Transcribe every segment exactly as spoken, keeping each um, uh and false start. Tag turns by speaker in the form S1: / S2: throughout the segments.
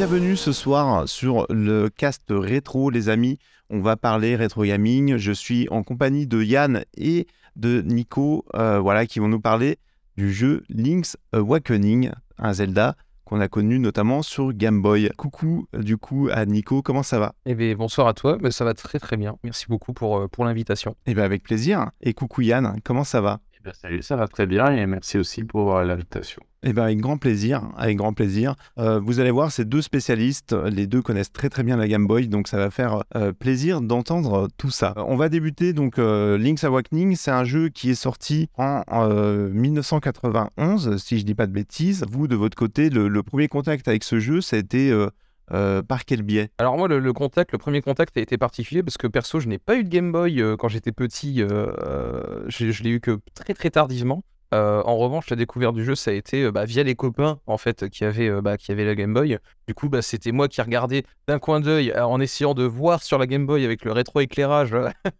S1: bienvenue ce soir sur le cast rétro, les amis. On va parler rétro gaming. Je suis en compagnie de Yann et de Nico, euh, voilà, qui vont nous parler du jeu Link's Awakening, un Zelda qu'on a connu notamment sur Game Boy. Coucou du coup à Nico, comment ça va?
S2: Eh bien, bonsoir à toi, ben, ça va très très bien. Merci beaucoup pour, euh, pour l'invitation.
S1: Eh bien avec plaisir. Et coucou Yann, comment ça va?
S3: Eh bien, salut, ça va très bien et merci aussi pour euh, l'invitation.
S1: Eh bien avec grand plaisir, avec grand plaisir. Euh, vous allez voir, ces deux spécialistes, les deux connaissent très très bien la Game Boy, donc ça va faire euh, plaisir d'entendre tout ça. Euh, on va débuter donc euh, Link's Awakening, c'est un jeu qui est sorti en euh, mille neuf cent quatre-vingt-onze, si je dis pas de bêtises. Vous, de votre côté, le, le premier contact avec ce jeu, ça a été euh, euh, par quel biais?
S2: Alors moi, le, le contact, le premier contact a été particulier parce que perso, je n'ai pas eu de Game Boy euh, quand j'étais petit. Euh, euh, je, je l'ai eu que très très tardivement. Euh, en revanche, la découverte du jeu, ça a été euh, bah, via les copains en fait qui avaient, euh, bah, qui avaient la Game Boy. Du coup, bah, c'était moi qui regardais d'un coin d'œil euh, en essayant de voir sur la Game Boy avec le rétro-éclairage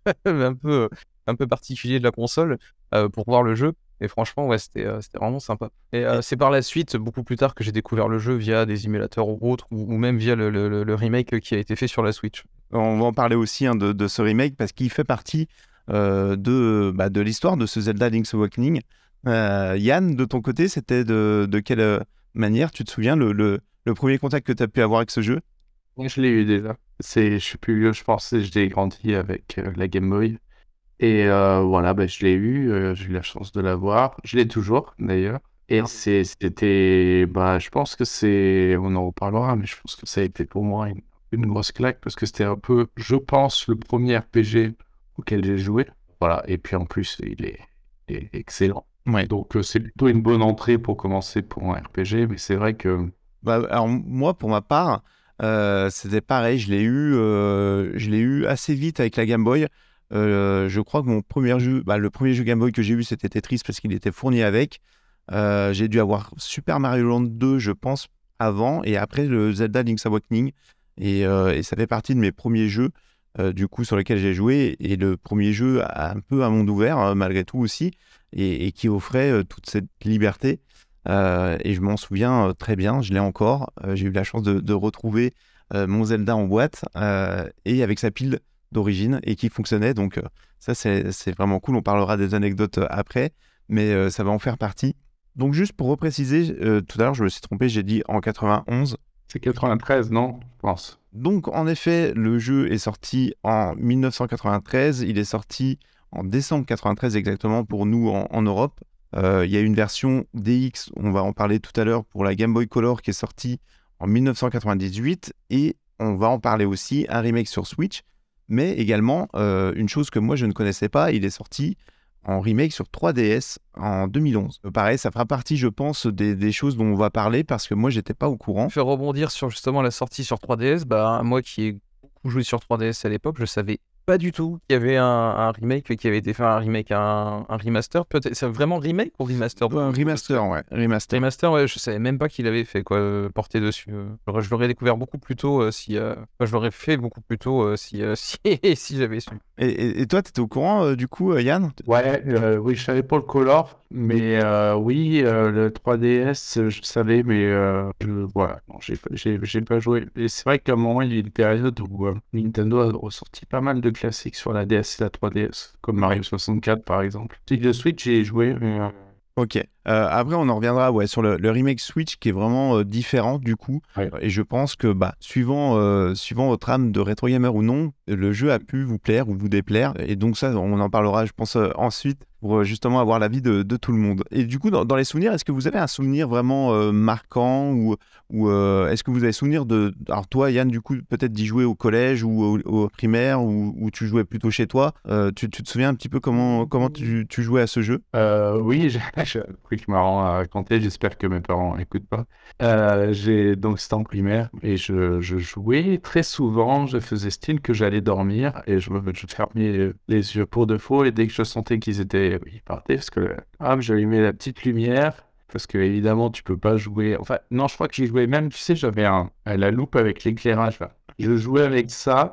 S2: un peu, un peu particulier de la console euh, pour voir le jeu. Et franchement, ouais, c'était, euh, c'était vraiment sympa. Et euh, c'est par la suite, beaucoup plus tard, que j'ai découvert le jeu via des émulateurs ou autres, ou, ou même via le, le- le remake qui a été fait sur la Switch.
S1: On va en parler aussi hein, de, de ce remake parce qu'il fait partie euh, de, bah, de l'histoire de ce Zelda Link's Awakening. Euh, Yann, de ton côté, c'était de, de quelle euh, manière, tu te souviens, le, le, le premier contact que tu as pu avoir avec ce jeu?
S3: Moi, je l'ai eu déjà. C'est, je suis plus vieux, je pense, que j'ai grandi avec euh, la Game Boy. Et euh, voilà, ben, je l'ai eu, euh, j'ai eu la chance de l'avoir. Je l'ai toujours, d'ailleurs. Et c'est, c'était, bah, je pense que c'est, on en reparlera, mais je pense que ça a été pour moi une, une grosse claque parce que c'était un peu, je pense, le premier R P G auquel j'ai joué. Voilà, et puis en plus, il est, il est excellent.
S1: Ouais.
S3: Donc euh, c'est plutôt une bonne entrée pour commencer pour un R P G, mais c'est vrai que
S1: Bah, alors moi, pour ma part, euh, c'était pareil. Je l'ai eu, euh, je l'ai eu assez vite avec la Game Boy. Euh, je crois que mon premier jeu, bah, le premier jeu Game Boy que j'ai eu, c'était Tetris parce qu'il était fourni avec. Euh, j'ai dû avoir Super Mario Land deux, je pense, avant et après le Zelda Link's Awakening. Et, euh, et ça fait partie de mes premiers jeux, euh, du coup, sur lesquels j'ai joué. Et le premier jeu un peu à monde ouvert, euh, malgré tout aussi, et, et qui offrait euh, toute cette liberté. Euh, et je m'en souviens euh, très bien, je l'ai encore. Euh, j'ai eu la chance de, de retrouver euh, mon Zelda en boîte euh, et avec sa pile d'origine et qui fonctionnait. Donc euh, ça, c'est c'est vraiment cool. On parlera des anecdotes euh, après, mais euh, ça va en faire partie. Donc juste pour repréciser, euh, tout à l'heure, je me suis trompé, j'ai dit en quatre-vingt-onze.
S3: c'est quatre-vingt-treize, non? Je pense.
S1: Donc en effet, le jeu est sorti en mille neuf cent quatre-vingt-treize. Il est sorti en décembre quatre-vingt-treize exactement pour nous en, en Europe. Euh, Il y a une version D X, on va en parler tout à l'heure, pour la Game Boy Color qui est sortie en mille neuf cent quatre-vingt-dix-huit. Et on va en parler aussi, un remake sur Switch. Mais également, euh, une chose que moi je ne connaissais pas, il est sorti en remake sur trois D S en deux mille onze. Euh, pareil, ça fera partie, je pense, des, des choses dont on va parler parce que moi, j'étais pas au courant.
S2: Faire rebondir sur justement la sortie sur trois D S, bah, moi qui ai beaucoup joué sur trois D S à l'époque, je savais pas du tout qu'il y avait un, un remake qui avait été fait, un remake, un, un remaster. Peut-être, c'est vraiment remake ou remaster?
S1: Un remaster, ouais, remaster.
S2: Remaster, ouais, je savais même pas qu'il avait fait quoi, euh, porter dessus. euh. J'aurais- Je l'aurais découvert beaucoup plus tôt euh, si. euh, enfin, je l'aurais fait beaucoup plus tôt euh, si, euh, si, si j'avais su.
S1: Et, et- et toi, tu étais au courant, euh, du coup, euh, Yann?
S3: Ouais, euh, oui, je savais pas le color, mais euh, oui, euh, le trois D S, euh, je savais, mais euh, je- voilà, non, j'ai pas- j'ai j'ai pas joué. Et c'est vrai qu'à un moment, il y a eu une période où euh, Nintendo a ressorti pas mal de classiques sur la D S et la trois D S, comme Mario soixante-quatre par exemple. Si le Switch, j'ai joué, mais euh,
S1: Ok. Euh, après, on en reviendra ouais, sur le, le remake Switch qui est vraiment euh, différent du coup.
S3: ouais.
S1: Et je pense que bah, suivant, euh, suivant votre âme de rétro gamer ou non, le jeu a pu vous plaire ou vous déplaire. Et donc ça, on en parlera, je pense, euh, ensuite pour euh, justement avoir l'avis de, de tout le monde. Et du coup, dans, dans les souvenirs, est-ce que vous avez un souvenir vraiment euh, marquant ou, ou euh, est-ce que vous avez souvenir de... Alors toi, Yann, du coup, peut-être d'y jouer au collège ou au, au primaire ou, ou tu jouais plutôt chez toi. Euh, tu, tu te souviens un petit peu comment, comment tu, tu jouais à ce jeu?
S3: Euh, oui, j'ai j'ai un truc marrant à raconter, j'espère que mes parents n'écoutent pas. Euh, j'ai donc c'était en primaire et je, je jouais très souvent, je faisais style que j'allais dormir et je, me- je fermais les yeux pour de faux et dès que je sentais qu'ils étaient, ils partaient parce que ah, j'allumais la petite lumière parce que évidemment tu peux pas jouer. Enfin non, je crois que j'y jouais même, tu sais, j'avais un, la loupe avec l'éclairage là. Je jouais avec ça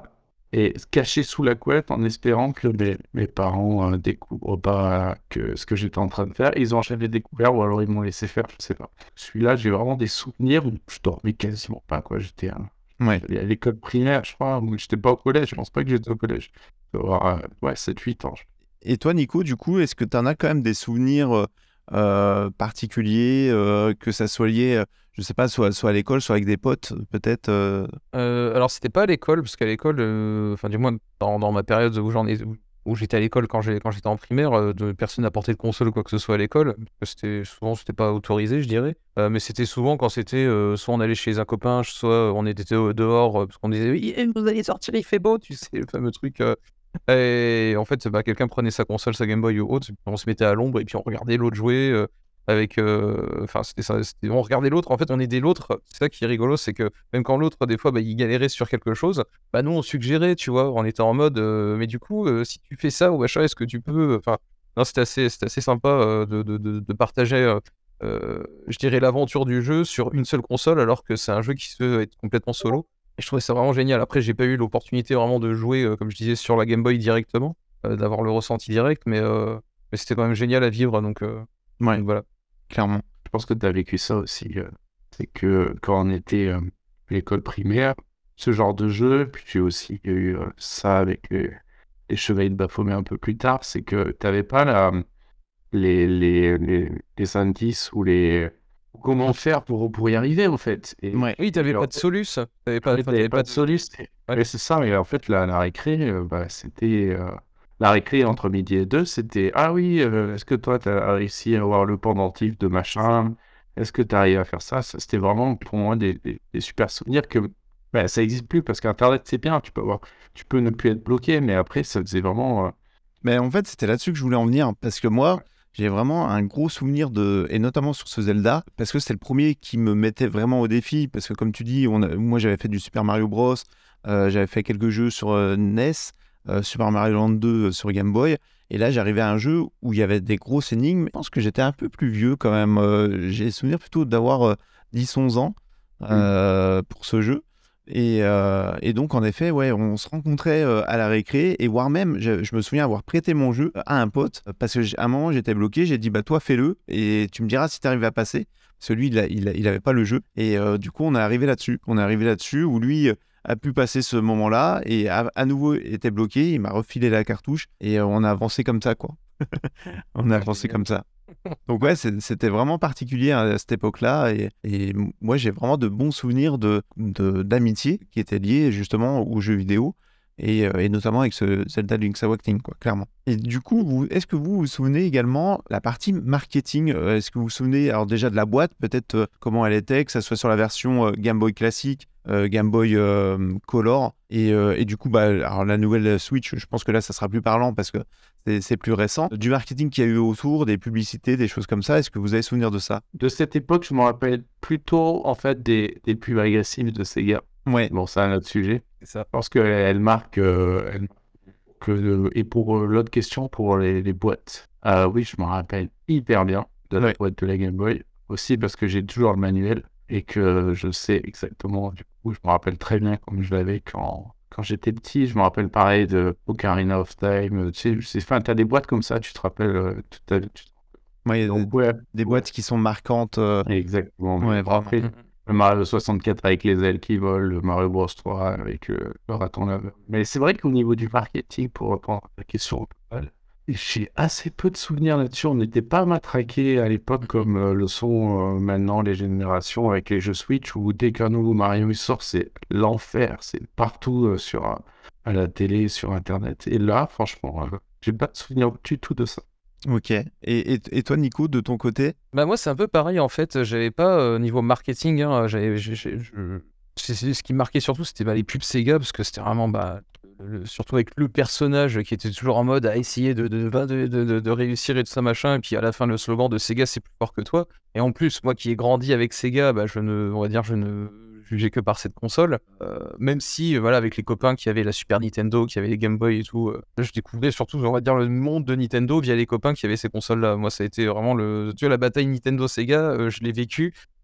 S3: et se cacher sous la couette en espérant que mes, mes parents euh, découvrent pas que ce que j'étais en train de faire. Ils ont jamais découvert ou alors ils m'ont laissé faire, je sais pas. Celui-là, j'ai vraiment des souvenirs où je dormais quasiment pas, quoi. J'étais à,
S1: Ouais.
S3: à l'école primaire, je crois, ou j'étais pas au collège. Je pense pas que j'étais au collège. Je dois avoir, euh, ouais, sept huit ans.
S1: Et toi, Nico, du coup, est-ce que tu en as quand même des souvenirs euh, euh, particuliers, euh, que ça soit lié, euh, je sais pas, soit, soit à l'école, soit avec des potes, peut-être euh,
S2: Euh, alors, c'était pas à l'école, parce qu'à l'école, euh, enfin, du moins, dans, dans ma période où j'en ai, où, où j'étais à l'école quand j'ai, quand j'étais en primaire, euh, de, personne n'a porté de console ou quoi que ce soit à l'école. Parce que c'était, souvent, c'était pas autorisé, je dirais. Euh, mais c'était souvent quand c'était, euh, soit on allait chez un copain, soit on était au- dehors, euh, parce qu'on disait, oui, eh, vous allez sortir, il fait beau, tu sais, le fameux truc. euh. Et en fait, bah, quelqu'un prenait sa console, sa Game Boy ou autre, on se mettait à l'ombre et puis on regardait l'autre jouer. euh, avec euh, enfin c'était ça, c'était- on regardait l'autre, en fait on aidait l'autre. C'est ça qui est rigolo, c'est que même quand l'autre des fois bah, il galérait sur quelque chose, bah nous on suggérait, tu vois, on était en mode euh, mais du coup euh, si tu fais ça ou machin, est-ce que tu peux, enfin non, c'était assez c'était assez sympa euh, de, de, de, de partager euh, euh, je dirais l'aventure du jeu sur une seule console alors que c'est un jeu qui se veut être complètement solo. Et je trouvais ça vraiment génial. Après j'ai pas eu l'opportunité vraiment de jouer euh, comme je disais sur la Game Boy directement, euh, d'avoir le ressenti direct, mais euh, mais c'était quand même génial à vivre, donc, euh,
S1: ouais,
S2: donc voilà.
S1: clairement.
S3: Je pense que tu as vécu ça aussi. euh, c'est que quand on était euh, à l'école primaire, ce genre de jeu, puis j'ai aussi eu euh, ça avec les, les Chevaliers de Baphomet un peu plus tard, c'est que tu n'avais pas la, les, les, les, les indices ou les... comment faire pour, pour y arriver, en fait. Et,
S1: Ouais.
S2: Oui, t'avais
S3: alors,
S2: pas de solus, t'avais pas,
S3: oui,
S2: enfin,
S3: t'avais
S2: t'avais
S3: pas
S2: pas
S3: de
S2: de.
S3: solution.
S2: Ouais.
S3: Mais c'est ça, mais en fait, la, la récré, euh, bah, c'était... euh, la récré entre midi et deux, c'était « Ah oui, euh, est-ce que toi, tu as réussi à avoir le pendentif de machin? Est-ce que tu arrives à faire ça ?» Ça, c'était vraiment pour moi des, des- des super souvenirs que bah, ça n'existe plus parce qu'Internet, c'est bien, tu peux avoir, tu peux ne plus être bloqué, mais après, ça faisait vraiment... euh,
S1: Mais en fait, c'était là-dessus que je voulais en venir, parce que moi, j'ai vraiment un gros souvenir de, et notamment sur ce Zelda, parce que c'est le premier qui me mettait vraiment au défi, parce que comme tu dis, on a- moi j'avais fait du Super Mario Bros, euh, j'avais fait quelques jeux sur euh, N E S, euh, Super Mario Land deux euh, sur Game Boy, et là j'arrivais à un jeu où il y avait des grosses énigmes. Je pense que j'étais un peu plus vieux quand même, euh, j'ai souvenir plutôt d'avoir euh, dix onze ans euh, pour ce jeu. Et, euh, et donc, en effet, ouais, on se rencontrait euh, à la récré, et voire même, je, je me souviens avoir prêté mon jeu à un pote, parce qu'à un moment, j'étais bloqué, j'ai dit, bah toi, fais-le, et tu me diras si tu arrives à passer. Parce que lui, il, a- il, a- il avait pas le jeu. Et euh, du coup, on est arrivé là-dessus. On est arrivé là-dessus, où lui euh, a pu passer ce moment-là, et à, à nouveau était bloqué, il m'a refilé la cartouche, et euh, on a avancé comme ça, quoi. On a avancé comme ça. Donc ouais, c'est- c'était vraiment particulier à cette époque-là, et, et m- moi j'ai vraiment de bons souvenirs de, de- d'amitié qui étaient liés justement aux jeux vidéo, et, euh, et notamment avec ce Zelda Link's Awakening, quoi, clairement. Et du coup, vous, est-ce que vous vous souvenez également la partie marketing, euh, est-ce que vous vous souvenez alors déjà de la boîte, peut-être euh, comment elle était, que ça soit sur la version euh, Game Boy classique, euh, Game Boy euh, Color, et, euh, et du coup, bah, alors la nouvelle Switch, je pense que là ça sera plus parlant parce que c'est c'est plus récent. Du marketing qu'il y a eu autour, des publicités, des choses comme ça, est-ce que vous avez souvenir de ça?
S3: De cette époque, je me rappelle plutôt en fait des, des pubs agressives de Sega.
S1: Ouais,
S3: Bon, c'est un autre sujet.
S2: C'est ça.
S3: Parce qu'elle marque, euh, elle marque, euh, et pour euh, l'autre question, pour les, les boîtes. Euh, oui, je me rappelle hyper bien de la
S1: Ouais.
S3: boîte de la Game Boy. Aussi parce que j'ai toujours le manuel et que je sais exactement, du coup, je me rappelle très bien comme je l'avais quand, quand j'étais petit. Je me rappelle pareil de Ocarina of Time. euh, Tu sais, c'est, enfin, t'as des boîtes comme ça, tu te rappelles euh, toute ta vie. tu te-
S1: ouais, il y a des,
S3: Donc, ouais,
S1: des
S3: ouais,
S1: boîtes qui sont marquantes. euh,
S3: exactement. Mais
S1: Ouais,
S3: bon,
S1: vraiment.
S3: après,
S2: Mhm.
S3: le Mario soixante-quatre avec les ailes qui volent, le Mario Bros trois avec euh, le raton laveur. Mais c'est vrai qu'au niveau du marketing, pour répondre à la question, j'ai assez peu de souvenirs là-dessus. On n'était pas matraqué à l'époque comme euh, le sont euh, maintenant les générations avec les jeux Switch où dès qu'un nouveau Mario il sort, c'est l'enfer. C'est partout euh, sur, euh, à la télé, sur Internet. Et là, franchement, euh, j'ai pas de souvenir du tout de ça.
S1: Ok. Et, et, et toi, Nico, de ton côté?
S2: Bah moi c'est un peu pareil en fait, j'avais pas euh, niveau marketing, hein, j'avais, j'ai- j'ai- je- c'est- c'est- ce qui me marquait surtout c'était bah, les pubs Sega parce que c'était vraiment bah, le- surtout avec le personnage qui était toujours en mode à essayer de, de, de, de, de- de réussir et tout ça machin, et puis à la fin le slogan de Sega c'est plus fort que toi. Et en plus moi qui ai grandi avec Sega, bah, je ne, on va dire je ne jugeais que par cette console. Euh, même si euh, voilà avec les copains qui avaient la Super Nintendo, qui avaient les Game Boy et tout, euh, là, je découvrais surtout on va dire le monde de Nintendo via les copains qui avaient ces consoles là. Moi ça a été vraiment le tu vois la bataille Nintendo Sega, euh, je l'ai vécu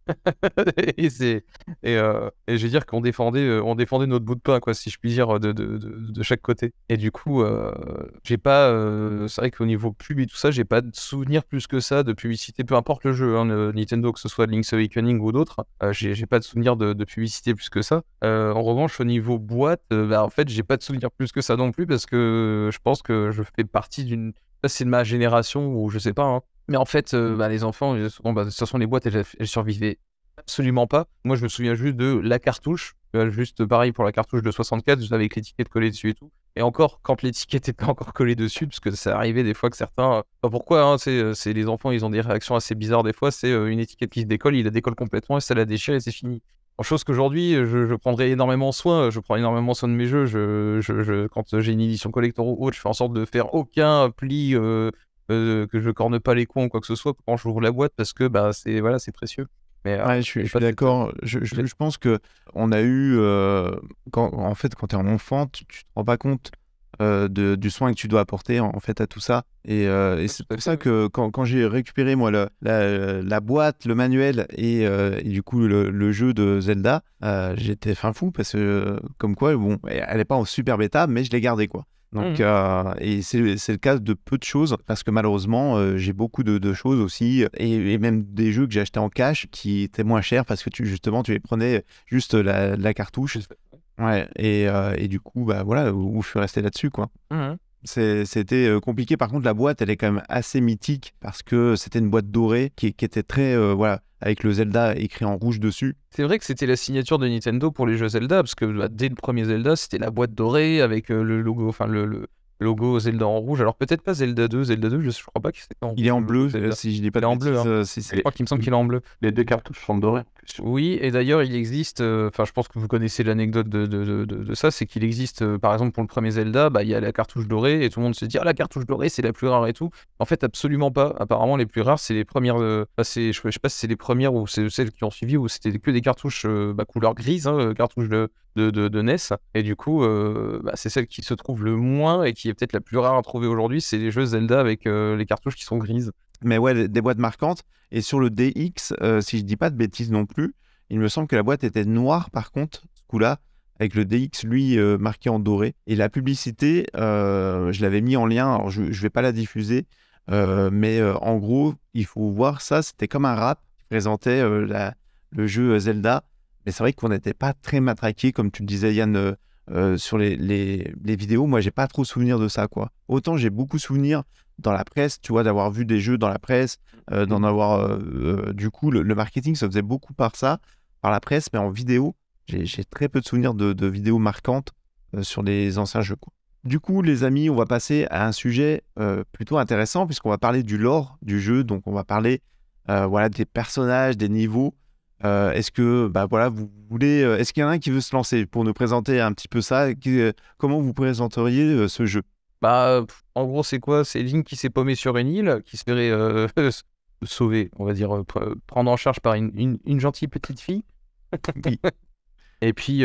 S2: et c'est et, euh, et je veux dire qu'on défendait, euh, on défendait notre bout de pain, quoi, si je puis dire, de, de, de, de chaque côté. Et du coup, euh, j'ai pas, euh, c'est vrai qu'au niveau pub et tout ça, j'ai pas de souvenir plus que ça de publicité, peu importe le jeu, hein, le Nintendo, que ce soit Link's Awakening ou d'autres, euh, j'ai, j'ai pas de souvenir de, de publicité plus que ça. Euh, en revanche, au niveau boîte, euh, bah, en fait, j'ai pas de souvenir plus que ça non plus parce que je pense que je fais partie d'une, ça, c'est de ma génération ou je sais pas, hein. Mais en fait, euh, bah, les enfants, euh, bon, bah, de toute façon, les boîtes, elles, elles survivaient absolument pas. Moi, je me souviens juste de la cartouche. Euh, Juste pareil pour la cartouche de soixante-quatre, juste avec l'étiquette collée dessus et tout. Et encore, quand l'étiquette était pas encore collée dessus, parce que ça arrivait des fois que certains. euh, Pas pourquoi, hein, c'est, euh, c'est les enfants, ils ont des réactions assez bizarres des fois. C'est euh, une étiquette qui se décolle, il la décolle complètement et ça la déchire et c'est fini. En chose qu'aujourd'hui, euh, je, je prendrai énormément soin. Je prends énormément soin de mes jeux. Je, je, je- quand j'ai une édition collector ou autre, je fais en sorte de faire aucun pli. euh, euh, que je corne pas les coins ou quoi que ce soit quand j'ouvre la boîte parce que bah c'est voilà c'est précieux. Mais euh,
S1: Ouais, je suis,
S2: j'ai
S1: je suis
S2: pas cette, euh,
S1: d'accord. Je, je,
S2: j'ai-
S1: je pense que on a eu, euh, quand, en fait, quand tu es un enfant, tu, tu te rends pas compte euh, de, du soin que tu dois apporter en, en fait à tout ça. Et, euh, et
S2: ouais,
S1: c'est
S2: tout à
S1: pour
S2: fait,
S1: ça
S2: ouais.
S1: que quand, quand j'ai récupéré moi la, la, la boîte, le manuel et, euh, et du coup le, le jeu de Zelda, euh, j'étais fin fou parce que euh, comme quoi, bon, elle est pas en super bêta, mais je l'ai gardée quoi. Donc,
S2: Mhm.
S1: euh, et c'est c'est le cas de peu de choses parce que malheureusement, euh, j'ai beaucoup de, de choses aussi et, et même des jeux que j'ai achetés en cash qui étaient moins chers parce que tu, justement, tu les prenais juste la, la cartouche. Ouais, et, euh, et du coup, bah voilà, où, où je suis resté là-dessus, quoi.
S2: Mhm.
S1: C'est- C'était euh, compliqué. Par contre, la boîte, elle est quand même assez mythique parce que c'était une boîte dorée qui, qui était très, euh, voilà, avec le Zelda écrit en rouge dessus.
S2: C'est vrai que c'était la signature de Nintendo pour les jeux Zelda, parce que bah, dès le premier Zelda, c'était la boîte dorée avec euh, le logo, enfin le, le logo Zelda en rouge. Alors peut-être pas Zelda deux, Zelda deux, je, je crois pas que c'était en
S1: Il est
S2: rouge
S1: en
S2: le logo
S1: bleu,
S2: de
S1: euh,
S2: Zelda.
S1: si je dis pas
S2: Il est
S1: de
S2: en bleu,
S1: bêtises.
S2: hein.
S1: euh, si
S2: Je
S1: c'est-
S2: crois qu'il me semble qu'il est en bleu.
S3: Les deux cartouches sont dorées. en plus.
S2: Oui, et d'ailleurs, il existe, euh, enfin, je pense que vous connaissez l'anecdote de, de, de, de- de ça, c'est qu'il existe, euh, par exemple, pour le premier Zelda, bah, il y a la cartouche dorée, et tout le monde se dit, ah, la cartouche dorée, c'est la plus rare et tout. En fait, absolument pas. Apparemment, les plus rares, c'est les premières, euh, enfin, c'est- je, je sais pas si c'est les premières ou c'est celles qui ont suivi, ou c'était que des cartouches euh, bah, couleur grise, hein, euh, cartouches de, de, de, de N E S, et du coup, euh, bah, c'est celle qui se trouve le moins et qui est peut-être la plus rare à trouver aujourd'hui, c'est les jeux Zelda avec euh, les cartouches qui sont grises.
S1: Mais ouais, des- des boîtes marquantes. Et sur le D X, euh, si je dis pas de bêtises non plus, il me semble que la boîte était noire par contre, ce coup-là, avec le D X, lui, euh, marqué en doré. Et la publicité, euh, je l'avais mis en lien, alors je, je vais pas la diffuser, euh, mais euh, en gros, il faut voir ça, c'était comme un rap qui présentait euh, la- le jeu Zelda. Mais c'est vrai qu'on n'était pas très matraqué, comme tu le disais, Yann, euh, euh, sur les, les, les vidéos. Moi, j'ai pas trop souvenir de ça, quoi. Autant j'ai beaucoup souvenir dans la presse, tu vois, d'avoir vu des jeux dans la presse, euh, d'en avoir. euh, euh, du coup, le, le marketing se faisait beaucoup par ça, par la presse, mais en vidéo, j'ai j'ai très peu de souvenirs de, de vidéos marquantes euh, sur les anciens jeux, quoi. Du coup, les amis, on va passer à un sujet euh, plutôt intéressant, puisqu'on va parler du lore du jeu. Donc, on va parler euh, voilà, des personnages, des niveaux. Euh, est-ce que, bah voilà, vous voulez. euh, Est-ce qu'il y en a un qui veut se lancer pour nous présenter un petit peu ça? Qui- euh, comment vous présenteriez euh, ce jeu?
S2: Bah, pff, en gros, c'est quoi? C'est Link qui s'est paumé sur une île, qui se ferait euh, sauver, on va dire, euh, pre- prendre en charge par une, une- une gentille petite fille.
S1: Oui.
S2: Et puis,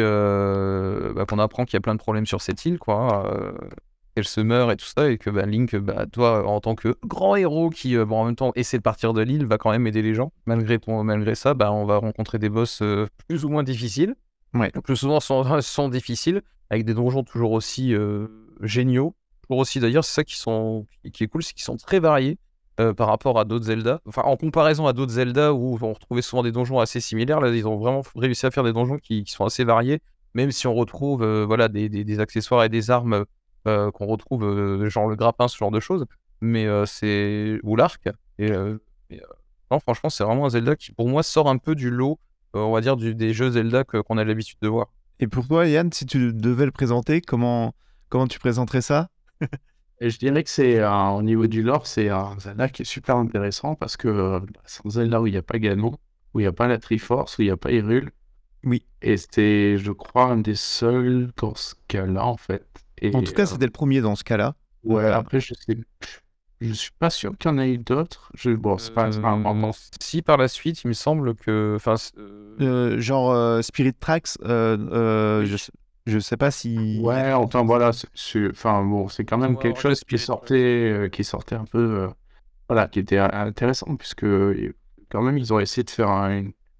S2: euh, bah, qu'on apprend qu'il y a plein de problèmes sur cette île, quoi. euh, qu'elle se meurt et tout ça, et que bah, Link, bah, toi, en tant que grand héros qui, euh, bon, en même temps, essaie de partir de l'île, va quand même aider les gens. Malgré, ton, malgré ça, bah, on va rencontrer des boss euh, plus ou moins difficiles.
S1: Ouais.
S2: Le plus souvent sont, sont difficiles, avec des donjons toujours aussi euh, géniaux. Toujours aussi, d'ailleurs, c'est ça qui, sont, qui est cool, c'est qu'ils sont très variés euh, par rapport à d'autres Zelda. Enfin, en comparaison à d'autres Zelda où on retrouvait souvent des donjons assez similaires, là, ils ont vraiment réussi à faire des donjons qui, qui sont assez variés, même si on retrouve euh, voilà, des, des, des accessoires et des armes euh, qu'on retrouve, euh, genre le grappin, ce genre de choses, mais euh, c'est ou l'arc. Et, euh, et, euh, non, franchement, c'est vraiment un Zelda qui, pour moi, sort un peu du lot, euh, on va dire, du, des jeux Zelda que- qu'on a l'habitude de voir.
S1: Et pour toi, Yann, si tu devais le présenter, comment, comment tu présenterais ça?
S3: Et je dirais que c'est un- au niveau du lore, c'est un Zelda qui est super intéressant parce que euh, c'est un Zelda où il n'y a pas Ganon, où il n'y a pas la Triforce, où il n'y a pas Hyrule.
S1: Oui.
S3: Et c'est, je crois, un des seuls dans ce cas-là, en fait. Et
S1: En tout cas,
S3: euh,
S1: c'était le premier dans ce cas-là.
S3: ouais,
S1: Euh,
S3: après, je sais, je suis pas sûr qu'il y en ait eu d'autres. Je, bon, c'est pas, c'est pas un
S2: Euh,
S3: moment.
S2: si par la suite, il me semble que. Enfin, c'est- euh,
S1: euh, genre euh, Spirit Tracks, euh, euh,
S2: Oui.
S1: je, sais- je sais pas si.
S3: Ouais, enfin voilà, c'est, c'est- enfin bon, c'est quand même
S2: Ouais,
S3: quelque
S2: ouais,
S3: chose qui
S2: Spirit
S3: sortait, euh, qui sortait un peu, euh, voilà, qui était euh, intéressant puisque euh, quand même ils ont essayé de faire un, une-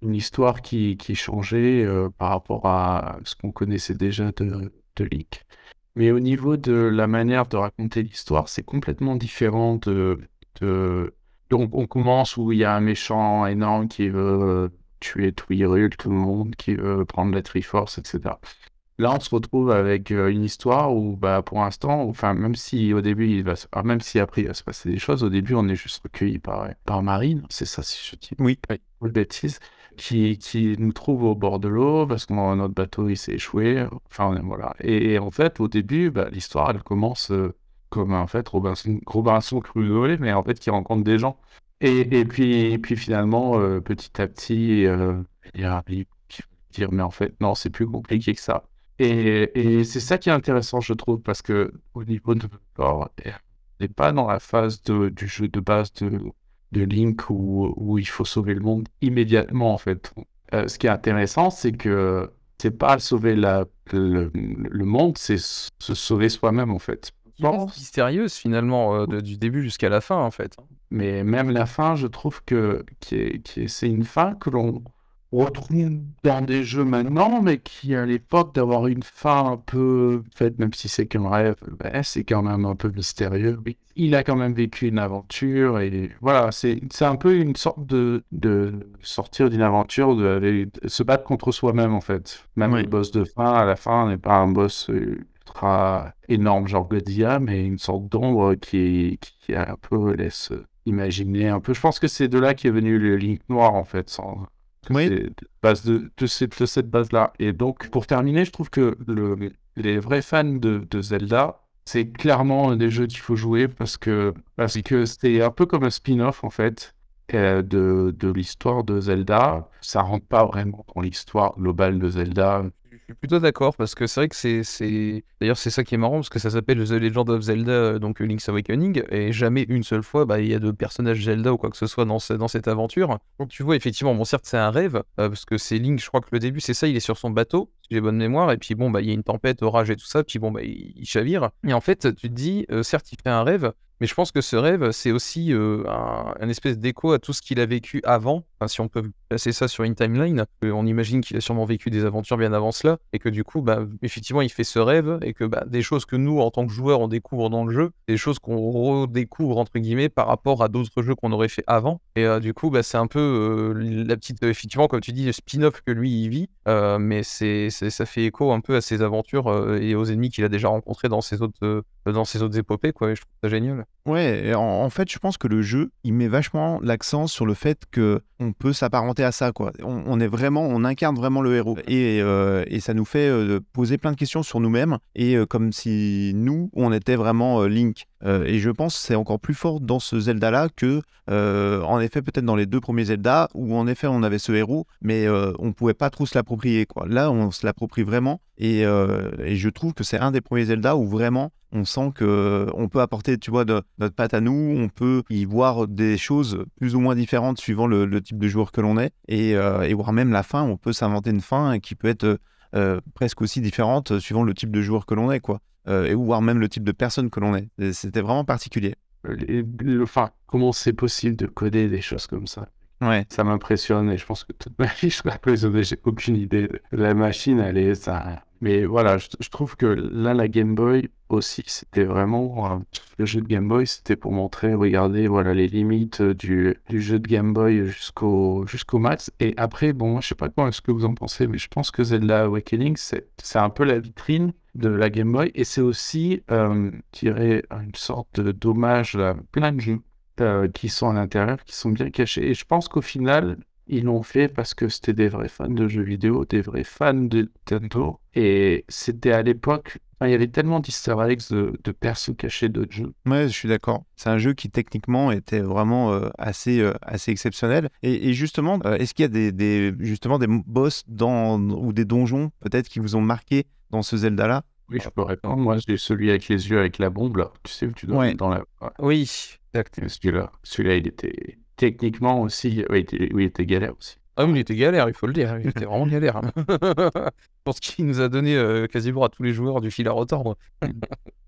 S3: une histoire qui, qui changeait euh, par rapport à ce qu'on connaissait déjà de, de Link. Mais au niveau de la manière de raconter l'histoire, c'est complètement différent de, de... Donc on commence où il y a un méchant énorme qui veut euh, tuer tout Hyrule, tout le monde, qui veut prendre la Triforce, et cetera. Là, on se retrouve avec euh, une histoire où, bah, pour l'instant, enfin, même si au début, il va se... ah, même si après il va se passer des choses, au début, on est juste recueilli par, par Marine, c'est ça, si je dis
S1: Oui.
S3: pas de bêtises, qui, qui nous trouve au bord de l'eau parce que notre bateau il s'est échoué. Enfin, voilà. Et, et en fait, au début, bah, l'histoire, elle commence euh, comme en fait Robinson, Robinson Crusoe, mais en fait, qui rencontre des gens. Et, et puis, et puis finalement, euh, petit à petit, euh, il y a il faut dire, mais en fait, non, c'est plus compliqué que ça. Et, et c'est ça qui est intéressant, je trouve, parce que au niveau de l'histoire, on n'est pas dans la phase de, du jeu de base de, de Link où, où il faut sauver le monde immédiatement, en fait. Euh, ce qui est intéressant, c'est que c'est pas sauver la, le, le monde, c'est s- se sauver soi-même, en fait.
S2: Qui reste mystérieuse finalement euh, de- du début jusqu'à la fin en fait.
S3: Mais même la fin, je trouve que qui est, qui est- c'est une fin que l'on retrouve dans des jeux maintenant, mais qui à l'époque d'avoir une fin un peu faite, même si c'est qu'un rêve, ben, c'est quand même un peu mystérieux. Oui. Il a quand même vécu une aventure et voilà, c'est c'est un peu une sorte de, de sortir d'une aventure, de, aller- de se battre contre soi-même en fait. Même
S1: Oui.
S3: le boss de fin, à la fin, n'est pas un boss euh, ultra énorme genre Godzilla, mais une sorte d'ombre qui, qui un peu laisse imaginer un peu. Je pense que c'est de là qu'est venu le Link noir en fait, sans que
S1: Oui.
S3: c'est de, base de, de cette, de cette base-là. Et donc, pour terminer, je trouve que le, les vrais fans de, de Zelda, c'est clairement des jeux qu'il faut jouer parce que parce que c'est un peu comme un spin-off en fait euh, de, de l'histoire de Zelda. Ça rentre pas vraiment dans l'histoire globale de Zelda.
S2: Je suis plutôt d'accord parce que c'est vrai que c'est, c'est... D'ailleurs c'est ça qui est marrant parce que ça s'appelle The Legend of Zelda, euh, donc Link's Awakening, et jamais une seule fois bah, il y a de personnage Zelda ou quoi que ce soit dans, ce- dans cette aventure. Donc tu vois effectivement, bon certes c'est un rêve, euh, parce que c'est Link, je crois que le début c'est ça, il est sur son bateau, si j'ai bonne mémoire, et puis bon bah il y a une tempête, orage et tout ça, puis bon bah il, il chavire. Et en fait tu te dis, euh, certes il fait un rêve, mais je pense que ce rêve, c'est aussi euh, un, un espèce d'écho à tout ce qu'il a vécu avant. Enfin, si on peut placer ça sur une timeline, euh, on imagine qu'il a sûrement vécu des aventures bien avant cela, et que du coup, bah, effectivement, il fait ce rêve, et que bah, des choses que nous, en tant que joueurs, on découvre dans le jeu, des choses qu'on redécouvre, entre guillemets, par rapport à d'autres jeux qu'on aurait fait avant. Et euh, du coup, bah, c'est un peu euh, la petite, effectivement, comme tu dis, le spin-off que lui, il vit, euh, mais c'est, c'est, ça fait écho un peu à ses aventures euh, et aux ennemis qu'il a déjà rencontrés dans ses autres, euh, dans ses autres épopées, quoi, et je trouve ça génial.
S1: Ouais, et en, en fait, je pense que le jeu, il met vachement l'accent sur le fait que on peut s'apparenter à ça, quoi. On, on est vraiment, on incarne vraiment le héros, et, euh, et ça nous fait euh, poser plein de questions sur nous-mêmes, et euh, comme si nous, on était vraiment euh, Link. Euh, et je pense que c'est encore plus fort dans ce Zelda-là que, euh, en effet, peut-être dans les deux premiers Zelda, où en effet, on avait ce héros, mais euh, on pouvait pas trop se l'approprier, quoi. Là, on se l'approprie vraiment, et, euh, et je trouve que c'est un des premiers Zelda où vraiment on sent que on peut apporter, tu vois, de, notre patte à nous, on peut y voir des choses plus ou moins différentes suivant le, le type de joueur que l'on est, et, euh, et voire même la fin, on peut s'inventer une fin qui peut être euh, presque aussi différente suivant le type de joueur que l'on est, quoi, euh, et voire même le type de personne que l'on est. Et c'était vraiment particulier.
S3: Les- le- Enfin, comment c'est possible de coder des choses comme ça?
S1: Ouais.
S3: Ça m'impressionne et je pense que toute ma vie, je serais impressionné, j'ai aucune idée. La machine, elle est ça. Mais voilà, je, je trouve que là, la Game Boy aussi, c'était vraiment. euh, le jeu de Game Boy, c'était pour montrer, regardez, voilà, les limites euh, du, du jeu de Game Boy jusqu'au jusqu'au max. Et après, bon, moi, je sais pas quoi ce que vous en pensez, mais je pense que Zelda Awakening, c'est c'est un peu la vitrine de la Game Boy et c'est aussi, euh, je dirais, une sorte de- d'hommage à plein de jeux euh, qui sont à l'intérieur, qui sont bien cachés. Et je pense qu'au final, ils l'ont fait parce que c'était des vrais fans de jeux vidéo, des vrais fans de Nintendo. Et c'était à l'époque, enfin, il y avait tellement d'easter eggs de, de persos cachés d'autres jeux.
S1: Ouais, je suis d'accord. C'est un jeu qui techniquement était vraiment euh, assez, euh, assez exceptionnel. Et, et justement, euh, est-ce qu'il y a des, des, justement des boss dans, ou des donjons peut-être qui vous ont marqué dans ce Zelda-là?
S3: Oui, je peux répondre. Moi, j'ai celui avec les yeux, avec la bombe, là. Tu sais où tu dois
S1: Ouais.
S3: aller dans la... ouais.
S2: Oui, exact.
S3: Et Celui-là, celui-là, il était techniquement aussi... Oui, il était, oui, il était galère aussi.
S2: Ah oui, il était galère, il faut le dire, il était vraiment galère. Je pense qu'il nous a donné euh, quasiment à tous les joueurs du fil à retordre.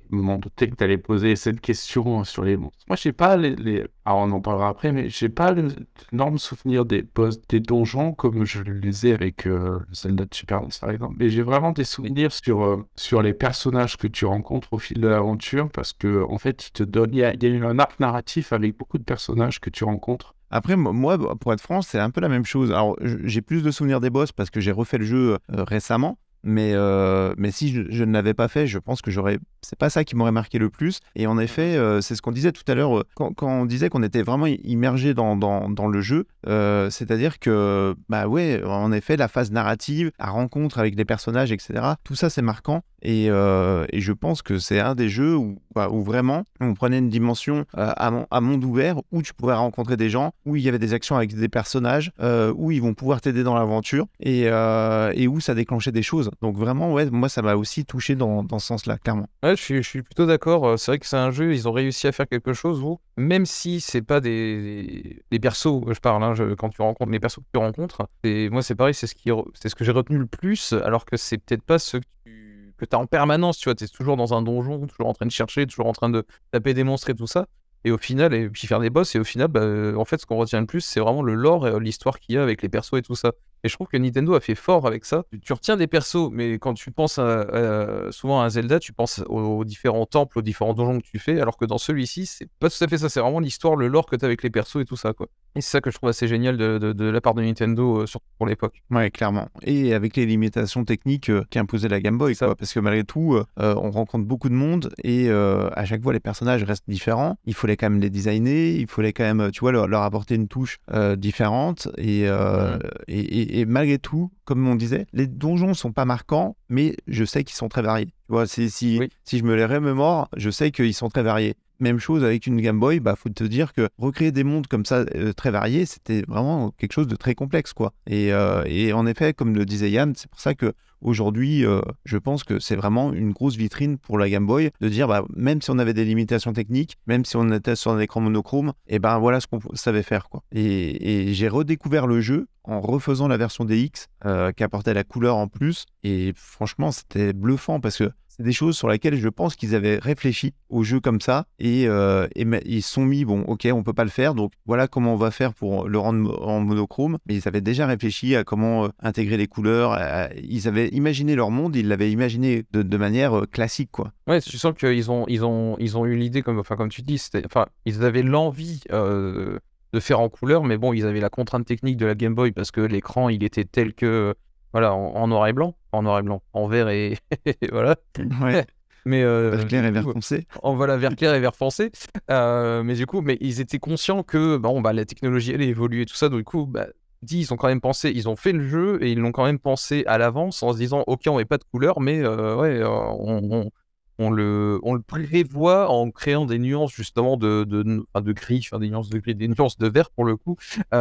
S3: Je m'en doutais que tu allais poser cette question sur les monstres. Moi, je sais pas les, les... Alors, on en parlera après, mais j'ai pas l'énorme souvenir des boss, des donjons comme je les ai avec euh, Zelda de Super N E S, par exemple. Mais j'ai vraiment des souvenirs sur, euh, sur les personnages que tu rencontres au fil de l'aventure, parce que en fait, ils te donnent... il y a, il y a eu un arc narratif avec beaucoup de personnages que tu rencontres.
S1: Après, moi, pour être franc, c'est un peu la même chose. Alors, j'ai plus de souvenirs des boss parce que j'ai refait le jeu euh, récemment. Mais, euh, mais si je, je ne l'avais pas fait, je pense que j'aurais. C'est pas ça qui m'aurait marqué le plus. Et en effet, euh, c'est ce qu'on disait tout à l'heure euh, quand, quand on disait qu'on était vraiment immergé dans, dans, dans le jeu. Euh, c'est-à-dire que, bah ouais, en effet, la phase narrative, la rencontre avec les personnages, et cetera. Tout ça, c'est marquant. Et, euh, et je pense que c'est un des jeux où, bah, où vraiment on prenait une dimension euh, à, à monde ouvert où tu pouvais rencontrer des gens, où il y avait des actions avec des personnages, euh, où ils vont pouvoir t'aider dans l'aventure et, euh, et où ça déclenchait des choses. Donc vraiment, ouais, moi ça m'a aussi touché dans, dans ce sens-là, clairement.
S2: Ouais, je suis, je suis plutôt d'accord. C'est vrai que c'est un jeu, ils ont réussi à faire quelque chose où, même si c'est pas des, des persos, je parle, hein, je, quand tu rencontres les persos que tu rencontres, et moi c'est pareil, c'est ce, qui, c'est ce que j'ai retenu le plus, alors que c'est peut-être pas ce que tu que tu as en permanence, tu vois, tu es toujours dans un donjon, toujours en train de chercher, toujours en train de taper des monstres et tout ça. Et au final, et puis faire des boss, et au final, bah, en fait, ce qu'on retient le plus, c'est vraiment le lore et l'histoire qu'il y a avec les persos et tout ça. Et je trouve que Nintendo a fait fort avec ça. Tu, tu retiens des persos, mais quand tu penses à, à, souvent à Zelda, tu penses aux, aux différents temples, aux différents donjons que tu fais, alors que dans celui-ci, c'est pas tout à fait ça. C'est vraiment l'histoire, le lore que tu as avec les persos et tout ça, quoi. Et c'est ça que je trouve assez génial de, de, de la part de Nintendo, euh, surtout pour l'époque.
S1: Ouais, clairement. Et avec les limitations techniques euh, qu'imposait la Game Boy, quoi. Parce que malgré tout, euh, on rencontre beaucoup de monde et euh, à chaque fois, les personnages restent différents. Il fallait quand même les designer, il fallait quand même, tu vois, leur, leur apporter une touche euh, différente. Et, euh, mmh. et, et, et malgré tout, comme on disait, les donjons sont pas marquants, mais je sais qu'ils sont très variés. Tu vois, si, si, oui. si je me les remémore, je sais qu'ils sont très variés. Même chose avec une Game Boy, bah faut te dire que recréer des mondes comme ça euh, très variés, c'était vraiment quelque chose de très complexe, quoi. Et, euh, et en effet, comme le disait Yann, c'est pour ça que aujourd'hui, euh, je pense que c'est vraiment une grosse vitrine pour la Game Boy de dire, bah même si on avait des limitations techniques, même si on était sur un écran monochrome, et ben voilà ce qu'on savait faire, quoi. Et, et j'ai redécouvert le jeu en refaisant la version D X euh, qui apportait la couleur en plus. Et franchement, c'était bluffant parce que c'est des choses sur lesquelles je pense qu'ils avaient réfléchi au jeu comme ça et, euh, et ils se sont mis, bon, ok, on peut pas le faire, donc voilà comment on va faire pour le rendre en monochrome. Mais ils avaient déjà réfléchi à comment euh, intégrer les couleurs. À, ils avaient imaginé leur monde, ils l'avaient imaginé de, de manière euh, classique, quoi.
S2: Ouais, tu sens qu'ils ont, ils ont, ils ont eu l'idée, comme, enfin, comme tu dis, enfin, ils avaient l'envie euh, de faire en couleur, mais bon, ils avaient la contrainte technique de la Game Boy parce que l'écran, il était tel que, voilà, en, en noir et blanc, en noir et blanc, en vert et, et voilà.
S1: Ouais.
S2: Mais euh,
S1: vert clair et vert foncé.
S2: En voilà, vert clair et vert foncé. Euh, mais du coup, mais ils étaient conscients que bon, bah, la technologie allait évoluer et tout ça. Donc du coup, bah, ils ont quand même pensé, ils ont fait le jeu et ils l'ont quand même pensé à l'avance en se disant, ok, on met pas de couleur, mais euh, ouais, euh, on, on, on le, on le prévoit en créant des nuances justement de, de, de, enfin, de gris, enfin, des nuances de gris, des nuances de vert pour le coup,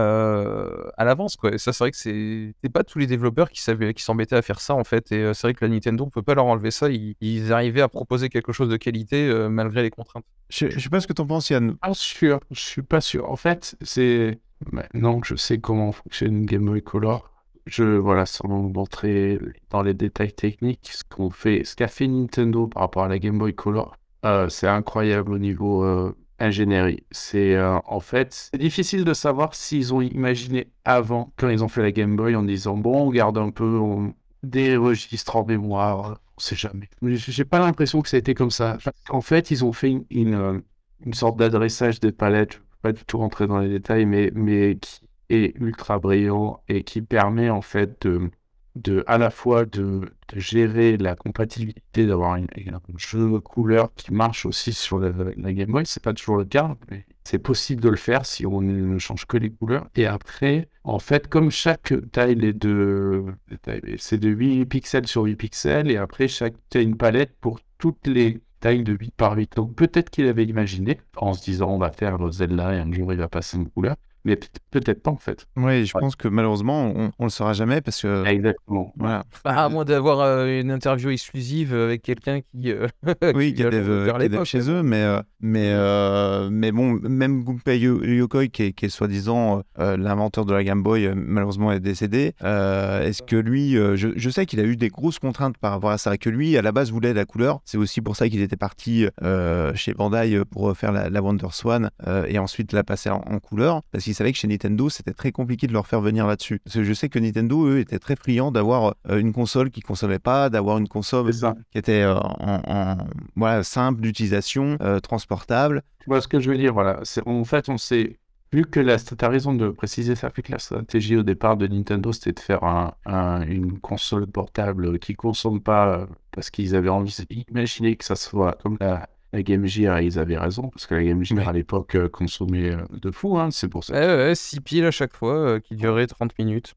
S2: euh, à l'avance, quoi. Et ça, c'est vrai que c'est, c'est pas tous les développeurs qui savaient, qui s'embêtaient à faire ça en fait. Et euh, c'est vrai que la Nintendo, on peut pas leur enlever ça. Ils, ils arrivaient à proposer quelque chose de qualité euh, malgré les contraintes.
S1: Je, je sais pas ce que t'en penses, Yann.
S3: Pas sûr, je suis pas sûr. En fait, c'est maintenant que je sais comment fonctionne une Game Boy Color. Je, voilà, sans entrer dans les détails techniques, ce qu'on fait, ce qu'a fait Nintendo par rapport à la Game Boy Color, euh, c'est incroyable au niveau euh, ingénierie. C'est, euh, en fait, c'est difficile de savoir s'ils ont imaginé avant, quand ils ont fait la Game Boy, en disant, bon, on garde un peu on, des registres en mémoire, on sait jamais. Mais j'ai pas l'impression que ça a été comme ça. En fait, ils ont fait une, une, une sorte d'adressage des palettes, je ne peux pas du tout rentrer dans les détails, mais, mais qui est ultra brillant et qui permet en fait de, de à la fois de, de gérer la compatibilité, d'avoir un jeu de couleurs qui marche aussi sur la, la Game Boy. C'est pas toujours le cas, mais c'est possible de le faire si on ne change que les couleurs. Et après, en fait, comme chaque taille est de, c'est de huit pixels sur huit pixels, et après chaque taille une palette pour toutes les taille de huit par huit. Donc peut-être qu'il avait imaginé, en se disant on va faire le Zelda et un jour il va passer une couleur. Mais peut- peut-être pas en fait.
S1: Oui, je
S3: Ouais.
S1: pense que malheureusement, on, on le saura jamais parce que
S3: Exactement.
S1: voilà.
S2: Bah, à moins d'avoir euh, une interview exclusive avec quelqu'un qui, euh,
S1: Oui,
S2: qui
S1: qui est
S2: vient
S1: dev,
S2: le
S1: euh,
S2: faire à
S1: qui est dev
S2: l'époque.
S1: chez
S2: mais
S1: eux,
S2: bon.
S1: mais, euh, mais, euh, mais bon, même Gunpei Yo- Yokoi, qui est, qui est soi-disant euh, l'inventeur de la Game Boy, euh, malheureusement est décédé. Euh, Est-ce que lui, euh, je, je sais qu'il a eu des grosses contraintes par rapport à ça, que lui, à la base, voulait la couleur. C'est aussi pour ça qu'il était parti euh, chez Bandai pour faire la, la WonderSwan euh, et ensuite la passer en, en couleur, parce qu'il savait que chez Nintendo, c'était très compliqué de leur faire venir là-dessus. Parce que je sais que Nintendo, eux, étaient très friands d'avoir euh, une console qui consommait pas, d'avoir une console
S3: C'est ça.
S1: qui était euh, en, en- voilà, simple d'utilisation, euh, transportable.
S3: Tu vois ce que je veux dire, voilà. C'est, en fait, on sait, vu que la, tu as raison de préciser ça, vu que la stratégie au départ de Nintendo, c'était de faire un, un- une console portable qui consomme pas, euh, parce qu'ils avaient envie d'imaginer que ça soit comme la, la Game Gear, et ils avaient raison, parce que la Game Gear
S1: Ouais.
S3: à l'époque euh, consommait euh, de fou, hein, c'est pour ça.
S2: Ouais, ouais, six piles à chaque fois euh, qui duraient trente minutes.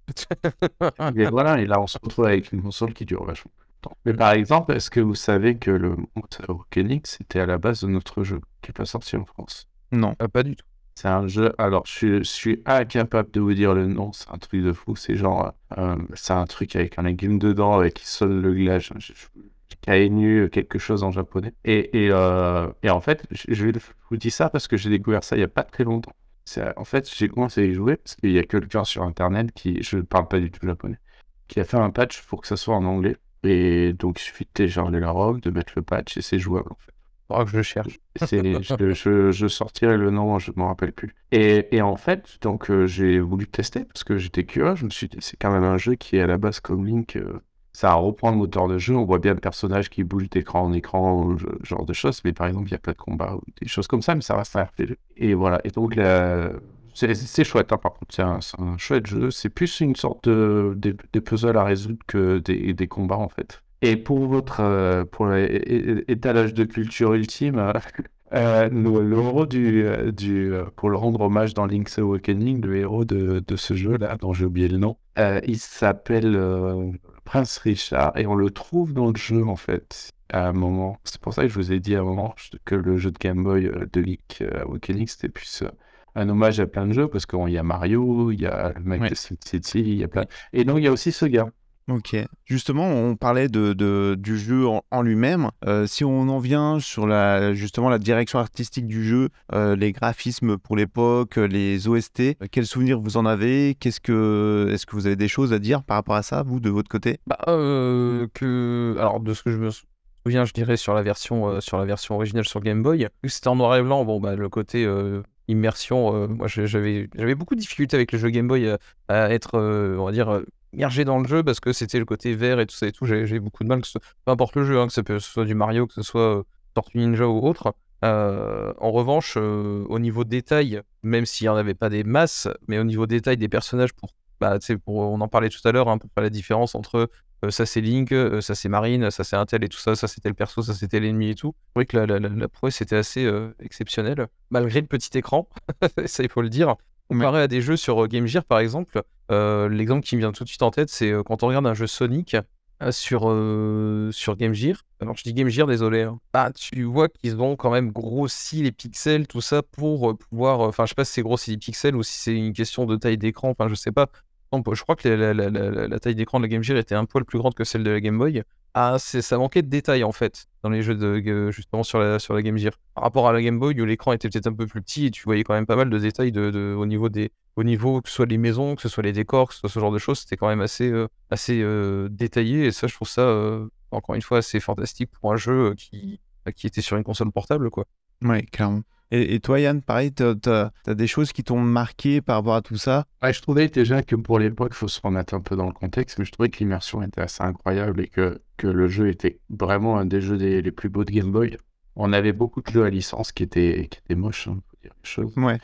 S3: Et voilà, et là, on se retrouve avec une console qui dure vachement plus longtemps. Mais par exemple, est-ce que vous savez que le Monster Awakening, c'était à la base de notre jeu, qui n'est pas sorti en France?
S1: Non.
S2: Ah, pas du tout.
S3: C'est un jeu, alors je, suis- je suis incapable de vous dire le nom, c'est un truc de fou, c'est genre, euh, c'est un truc avec un légume dedans et qui sonne le glas, je, je, je- Kainu, quelque chose en japonais. Et, et, euh, et en fait, je, je vous dis ça parce que j'ai découvert ça il n'y a pas très longtemps. C'est- En fait, j'ai commencé à y jouer parce qu'il y a quelqu'un sur internet qui, je ne parle pas du tout japonais, qui a fait un patch pour que ça soit en anglais. Et donc, il suffit de télécharger la ROM, de mettre le patch et c'est jouable en fait.
S2: Faudra que je le cherche.
S3: C'est, je, je, je sortirai le nom, je ne me rappelle plus. Et, et en fait, donc euh, j'ai voulu tester parce que j'étais curieux. Je me suis dit, c'est quand même un jeu qui est à la base comme Link. euh, ça reprend le moteur de jeu. On voit bien le personnage qui bouge d'écran en écran, ou ce genre de choses. Mais par exemple, il n'y a pas de combat ou des choses comme ça, mais ça reste un R P G. Et voilà. Et donc, la- c'est c'est chouette, hein, par contre. C'est un, c'est un chouette jeu. C'est plus une sorte de, des, des puzzles à résoudre que des, des combats, en fait. Et pour votre euh, pour l'étalage de culture ultime, euh, euh, le, le héros du, euh, du euh, pour le rendre hommage dans Link's Awakening, le héros de, de ce jeu-là, dont j'ai oublié le nom, euh, il s'appelle euh, Prince Richard et on le trouve dans le jeu en fait à un moment. C'est pour ça que je vous ai dit à un moment que le jeu de Game Boy euh, de Link euh, Awakening c'était plus euh, un hommage à plein de jeux parce qu'il y a Mario, il y a le mec
S1: Ouais.
S3: de SimCity, il y a plein. Et donc il y a aussi ce gars.
S1: Ok. Justement, on parlait de, de- du jeu en, en lui-même. Euh, si on en vient sur la, justement la direction artistique du jeu, euh, les graphismes pour l'époque, les O S T, euh, quels souvenirs vous en avez? Qu'est-ce que, est-ce que vous avez des choses à dire par rapport à ça, vous, de votre côté?
S2: Bah, euh, que... Alors, de ce que je me souviens, je dirais, sur la version, euh, sur la version originale sur Game Boy, vu que c'était en noir et blanc, bon, bah, le côté euh, immersion, euh, moi, j'ai- j'avais j'avais beaucoup de difficultés avec le jeu Game Boy à, à être, euh, on va dire, euh, immergé dans le jeu, parce que c'était le côté vert et tout ça et tout, j'ai j'ai beaucoup de mal, que ce... peu importe le jeu, hein, que ce peut- ce soit du Mario, que ce soit euh, Tortue Ninja ou autre. Euh, en revanche, euh, au niveau détail, même s'il n'y en avait pas des masses, mais au niveau détail des personnages, pour, bah, tu sais, pour, on en parlait tout à l'heure, hein, pour faire la différence entre euh, ça c'est Link, euh, ça c'est Marine, ça c'est un tel et tout ça, ça c'était le perso, ça c'était l'ennemi et tout. C'est vrai que la, la, la, la prouesse était assez euh, exceptionnelle, malgré le petit écran, ça il faut le dire. Comparé à des jeux sur euh, Game Gear par exemple, euh, l'exemple qui me vient tout de suite en tête, c'est euh, quand on regarde un jeu Sonic euh, sur, euh, sur Game Gear. Alors je dis Game Gear, désolé. hein. Bah, tu vois qu'ils ont quand même grossi les pixels, tout ça, pour euh, pouvoir... euh, Enfin, je sais pas si c'est grossi les pixels ou si c'est une question de taille d'écran, enfin, je sais pas. Non, je crois que la, la- la- la- la taille d'écran de la Game Gear était un poil plus grande que celle de la Game Boy. Ah, c'est, ça manquait de détails en fait, dans les jeux de, euh, justement sur la, sur la Game Gear. Par rapport à la Game Boy, où l'écran était peut-être un peu plus petit et tu voyais quand même pas mal de détails de, de- au niveau des, au niveau que ce soit les maisons, que ce soit les décors, que ce soit ce genre de choses, c'était quand même assez, euh, assez euh, détaillé. Et ça, je trouve ça, euh, encore une fois, assez fantastique pour un jeu euh, qui, bah, qui était sur une console portable, quoi.
S1: Ouais, clairement. Et, et toi, Yann, pareil, t'as, t'as- t'as des choses qui t'ont marqué par rapport à tout ça?
S3: Ouais, je trouvais déjà que pour l'époque, il faut se remettre un peu dans le contexte, mais je trouvais que l'immersion était assez incroyable et que, que le jeu était vraiment un des jeux des, les plus beaux de Game Boy. On avait beaucoup de jeux à licence qui étaient, qui étaient moches, hein, faut dire les choses.
S1: Ouais.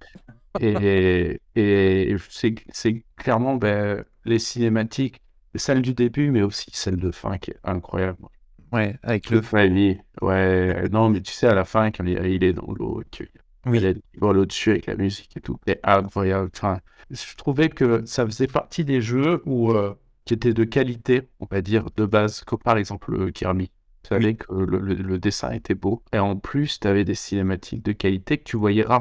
S3: Et, et c'est c'est clairement ben, les cinématiques, celle du début, mais aussi celle de fin qui est incroyable.
S1: Ouais, avec le...
S3: Le famille, ouais, non, mais tu sais, à la fin, quand il, il est dans l'eau, et qu'il
S1: Oui.
S3: il est- il vole au-dessus avec la musique et tout, c'est incroyable. Enfin, je trouvais que ça faisait partie des jeux où, euh, qui étaient de qualité, on va dire, de base, comme par exemple le Kirby. Tu savais
S1: Oui.
S3: que le, le- le dessin était beau. Et en plus, tu avais des cinématiques de qualité que tu voyais rarement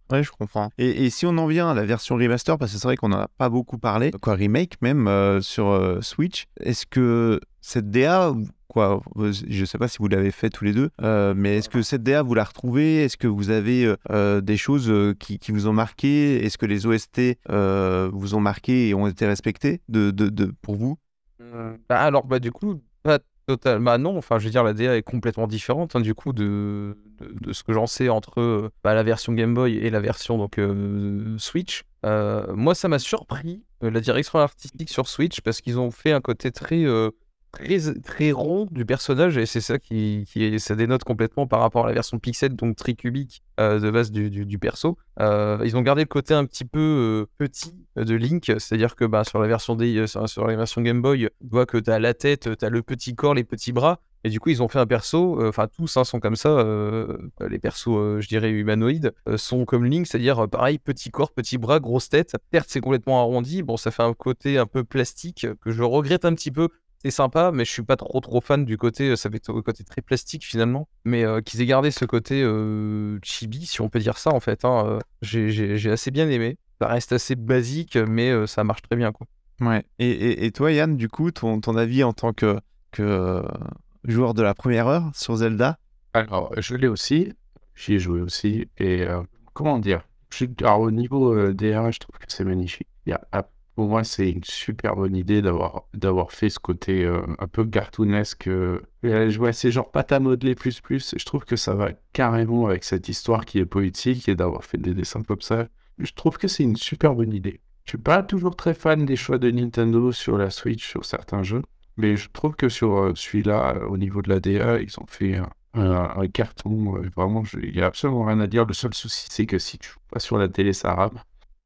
S1: Ouais, je comprends. Et, et si on en vient à la version remaster, parce que c'est vrai qu'on n'en a pas beaucoup parlé, quoi, remake même euh, sur euh, Switch, est-ce que cette D A, quoi, je sais pas si vous l'avez fait tous les deux, euh, mais est-ce que cette D A, vous la retrouvez? Est-ce que vous avez euh, des choses euh, qui, qui vous ont marqué? Est-ce que les O S T euh, vous ont marqué et ont été respectés de, de, de, pour vous?
S2: Euh, bah alors, bah du coup, pas total. Bah non, enfin, je veux dire, la D A est complètement différente, hein, du coup, de, de, de ce que j'en sais entre euh, bah, la version Game Boy et la version donc euh, Switch. Euh, moi, ça m'a surpris euh, la direction artistique sur Switch parce qu'ils ont fait un côté très euh, très très rond du personnage et c'est ça qui, qui ça dénote complètement par rapport à la version Pixel, donc tricubique euh, de base du, du, du perso. Euh, ils ont gardé le côté un petit peu euh, petit de Link, c'est-à-dire que bah, sur la version D, sur, sur la version Game Boy, tu vois que t'as la tête, t'as le petit corps, les petits bras, et du coup ils ont fait un perso, enfin euh, tous hein, sont comme ça, euh, les persos, euh, je dirais humanoïdes, euh, sont comme Link, c'est-à-dire euh, pareil, petit corps, petit bras, grosse tête. Certes c'est complètement arrondi, bon ça fait un côté un peu plastique que je regrette un petit peu. C'est sympa, mais je suis pas trop trop fan du côté, ça fait le côté très plastique finalement, mais euh, qu'ils aient gardé ce côté euh, chibi, si on peut dire ça en fait, hein, euh, j'ai, j'ai, j'ai assez bien aimé. Ça reste assez basique, mais euh, ça marche très bien, quoi.
S1: Ouais. Et, et, et toi, Yann, du coup, ton, ton avis en tant que, que euh, joueur de la première heure sur Zelda?
S3: Alors, je l'ai aussi, j'y ai joué aussi, et euh, comment dire? Je- Alors, au niveau euh, D R, je trouve que c'est magnifique. Il y a, ah, pour moi, c'est une super bonne idée d'avoir d'avoir fait ce côté euh, un peu cartoonesque. Euh, euh, je vois, c'est genre pâte à modeler plus plus. Je trouve que ça va carrément avec cette histoire qui est poétique et d'avoir fait des dessins comme ça. Je trouve que c'est une super bonne idée. Je suis pas toujours très fan des choix de Nintendo sur la Switch, sur certains jeux. Mais je trouve que sur euh, celui-là, euh, au niveau de la D A, ils ont fait un, un- un carton. euh, vraiment, je- il n'y a absolument rien à dire. Le seul souci, c'est que si tu joues pas sur la télé, ça rame.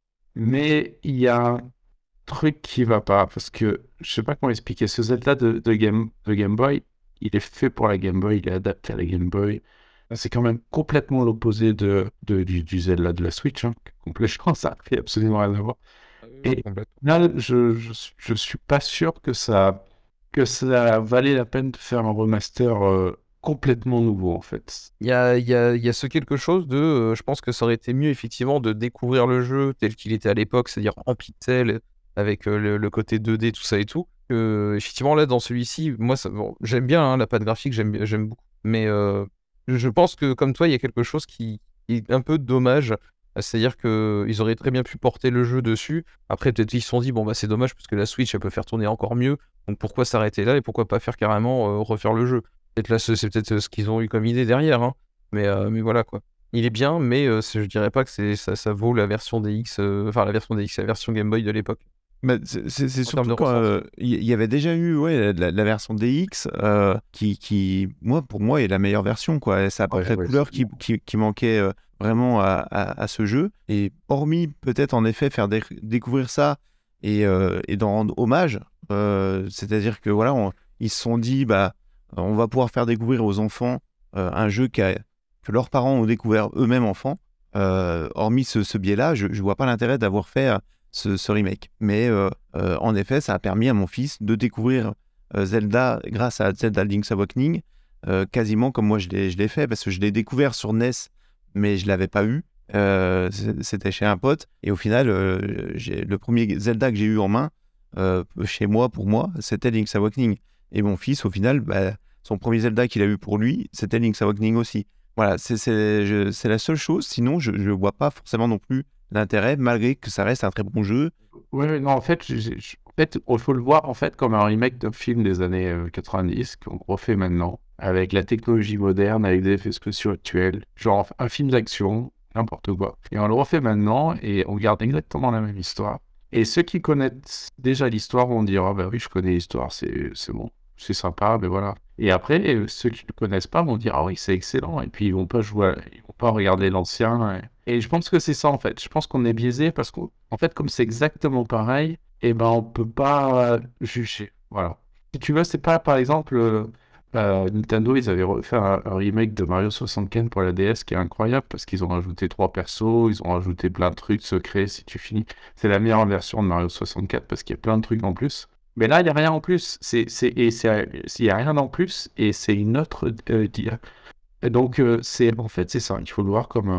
S3: Mais il y a un truc qui va pas. Parce que je sais pas comment expliquer. Ce Zelda de, de Game, de Game Boy, il est fait pour la Game Boy, il est adapté à la Game Boy. C'est quand même complètement l'opposé de, de- du, du Zelda de la Switch. Hein. Complètement, ça fait absolument rien à voir. Et là, je, je, je suis pas sûr que ça, que ça valait la peine de faire un remaster euh, complètement nouveau, en fait.
S2: Il y a, il y a, il y a ce quelque chose de, euh, je pense que ça aurait été mieux effectivement de découvrir le jeu tel qu'il était à l'époque, c'est-à-dire en pixel, avec euh, le, le côté deux D, tout ça et tout. Que, effectivement, là, dans celui-ci, moi, ça, bon, j'aime bien hein, la patte graphique, j'aime, bien- j'aime beaucoup. Mais euh, je pense que, comme toi, il y a quelque chose qui, qui est un peu dommage. C'est-à-dire qu'ils auraient très bien pu porter le jeu dessus. Après, peut-être qu'ils se sont dit, bon, bah, c'est dommage parce que la Switch, elle peut faire tourner encore mieux. Donc pourquoi s'arrêter là et pourquoi pas faire carrément euh, refaire le jeu? Peut-être là, c'est c'est peut-être ce qu'ils ont eu comme idée derrière, hein. Mais, euh, mais voilà quoi. Il est bien, mais euh, c'est- je dirais pas que c'est, ça, ça vaut la version D X, euh, enfin la version D X, la version Game Boy de l'époque.
S1: Bah, c'est c'est- c'est
S2: En termes
S1: surtout
S2: de
S1: quand
S2: ressenti.
S1: il y, y avait déjà eu ouais, la, la version D X euh, qui, qui, moi, pour moi, est la meilleure version. Quoi. Ça apporte
S3: Ouais,
S1: la
S3: ouais,
S1: couleur qui,
S3: absolument.
S1: qui, qui manquait euh, vraiment à, à, à ce jeu. Et hormis peut-être en effet faire dé- découvrir ça et, euh, et d'en rendre hommage, euh, c'est-à-dire que voilà, on- ils se sont dit, bah, on va pouvoir faire découvrir aux enfants euh, un jeu qu'a- que leurs parents ont découvert eux-mêmes enfants. Euh, hormis ce, ce biais-là, je ne vois pas l'intérêt d'avoir fait euh, ce, ce remake. Mais euh, euh, en effet, ça a permis à mon fils de découvrir euh, Zelda grâce à Zelda Link's Awakening, euh, quasiment comme moi je l'ai, je l'ai fait, parce que je l'ai découvert sur N E S, mais je ne l'avais pas eu. Euh, c- c'était chez un pote. Et au final, euh, j'ai, le premier Zelda que j'ai eu en main, euh, chez moi, pour moi, c'était Link's Awakening. Et mon fils, au final, bah, son premier Zelda qu'il a eu pour lui, c'était Link's Awakening aussi. Voilà, c'est, c'est, je- c'est la seule chose. Sinon, je ne vois pas forcément non plus l'intérêt, malgré que ça reste un très bon jeu.
S3: Ouais, ouais, non, en fait, j'ai- j'ai- en fait, il faut le voir en fait comme un remake d'un film des années euh, quatre-vingt-dix qu'on refait maintenant, avec la technologie moderne, avec des effets spéciaux actuels, genre un film d'action, n'importe quoi. Et on le refait maintenant et on garde exactement la même histoire. Et ceux qui connaissent déjà l'histoire vont dire, ah bah oui, je connais l'histoire, c'est c'est bon, c'est sympa, mais voilà. Et après, euh, ceux qui ne connaissent pas vont dire, ah oui, c'est excellent. Et puis ils vont pas jouer, à- ils vont pas regarder l'ancien. Et... et je pense que c'est ça en fait. Je pense qu'on est biaisé parce qu'en en fait, comme c'est exactement pareil, eh ben on peut pas euh, juger. Voilà. Si tu veux, c'est pas par exemple euh, euh, Nintendo, ils avaient refait un, un remake de Mario soixante-quatre pour la D S qui est incroyable parce qu'ils ont rajouté trois persos, ils ont rajouté plein de trucs secrets. Si tu finis, c'est la meilleure version de Mario soixante-quatre parce qu'il y a plein de trucs en plus. Mais là, il n'y a rien en plus. C'est, c'est, et c'est, il n'y a rien en plus et c'est une autre euh, di- et donc, euh, c'est, en fait, c'est ça. Il faut le voir comme un,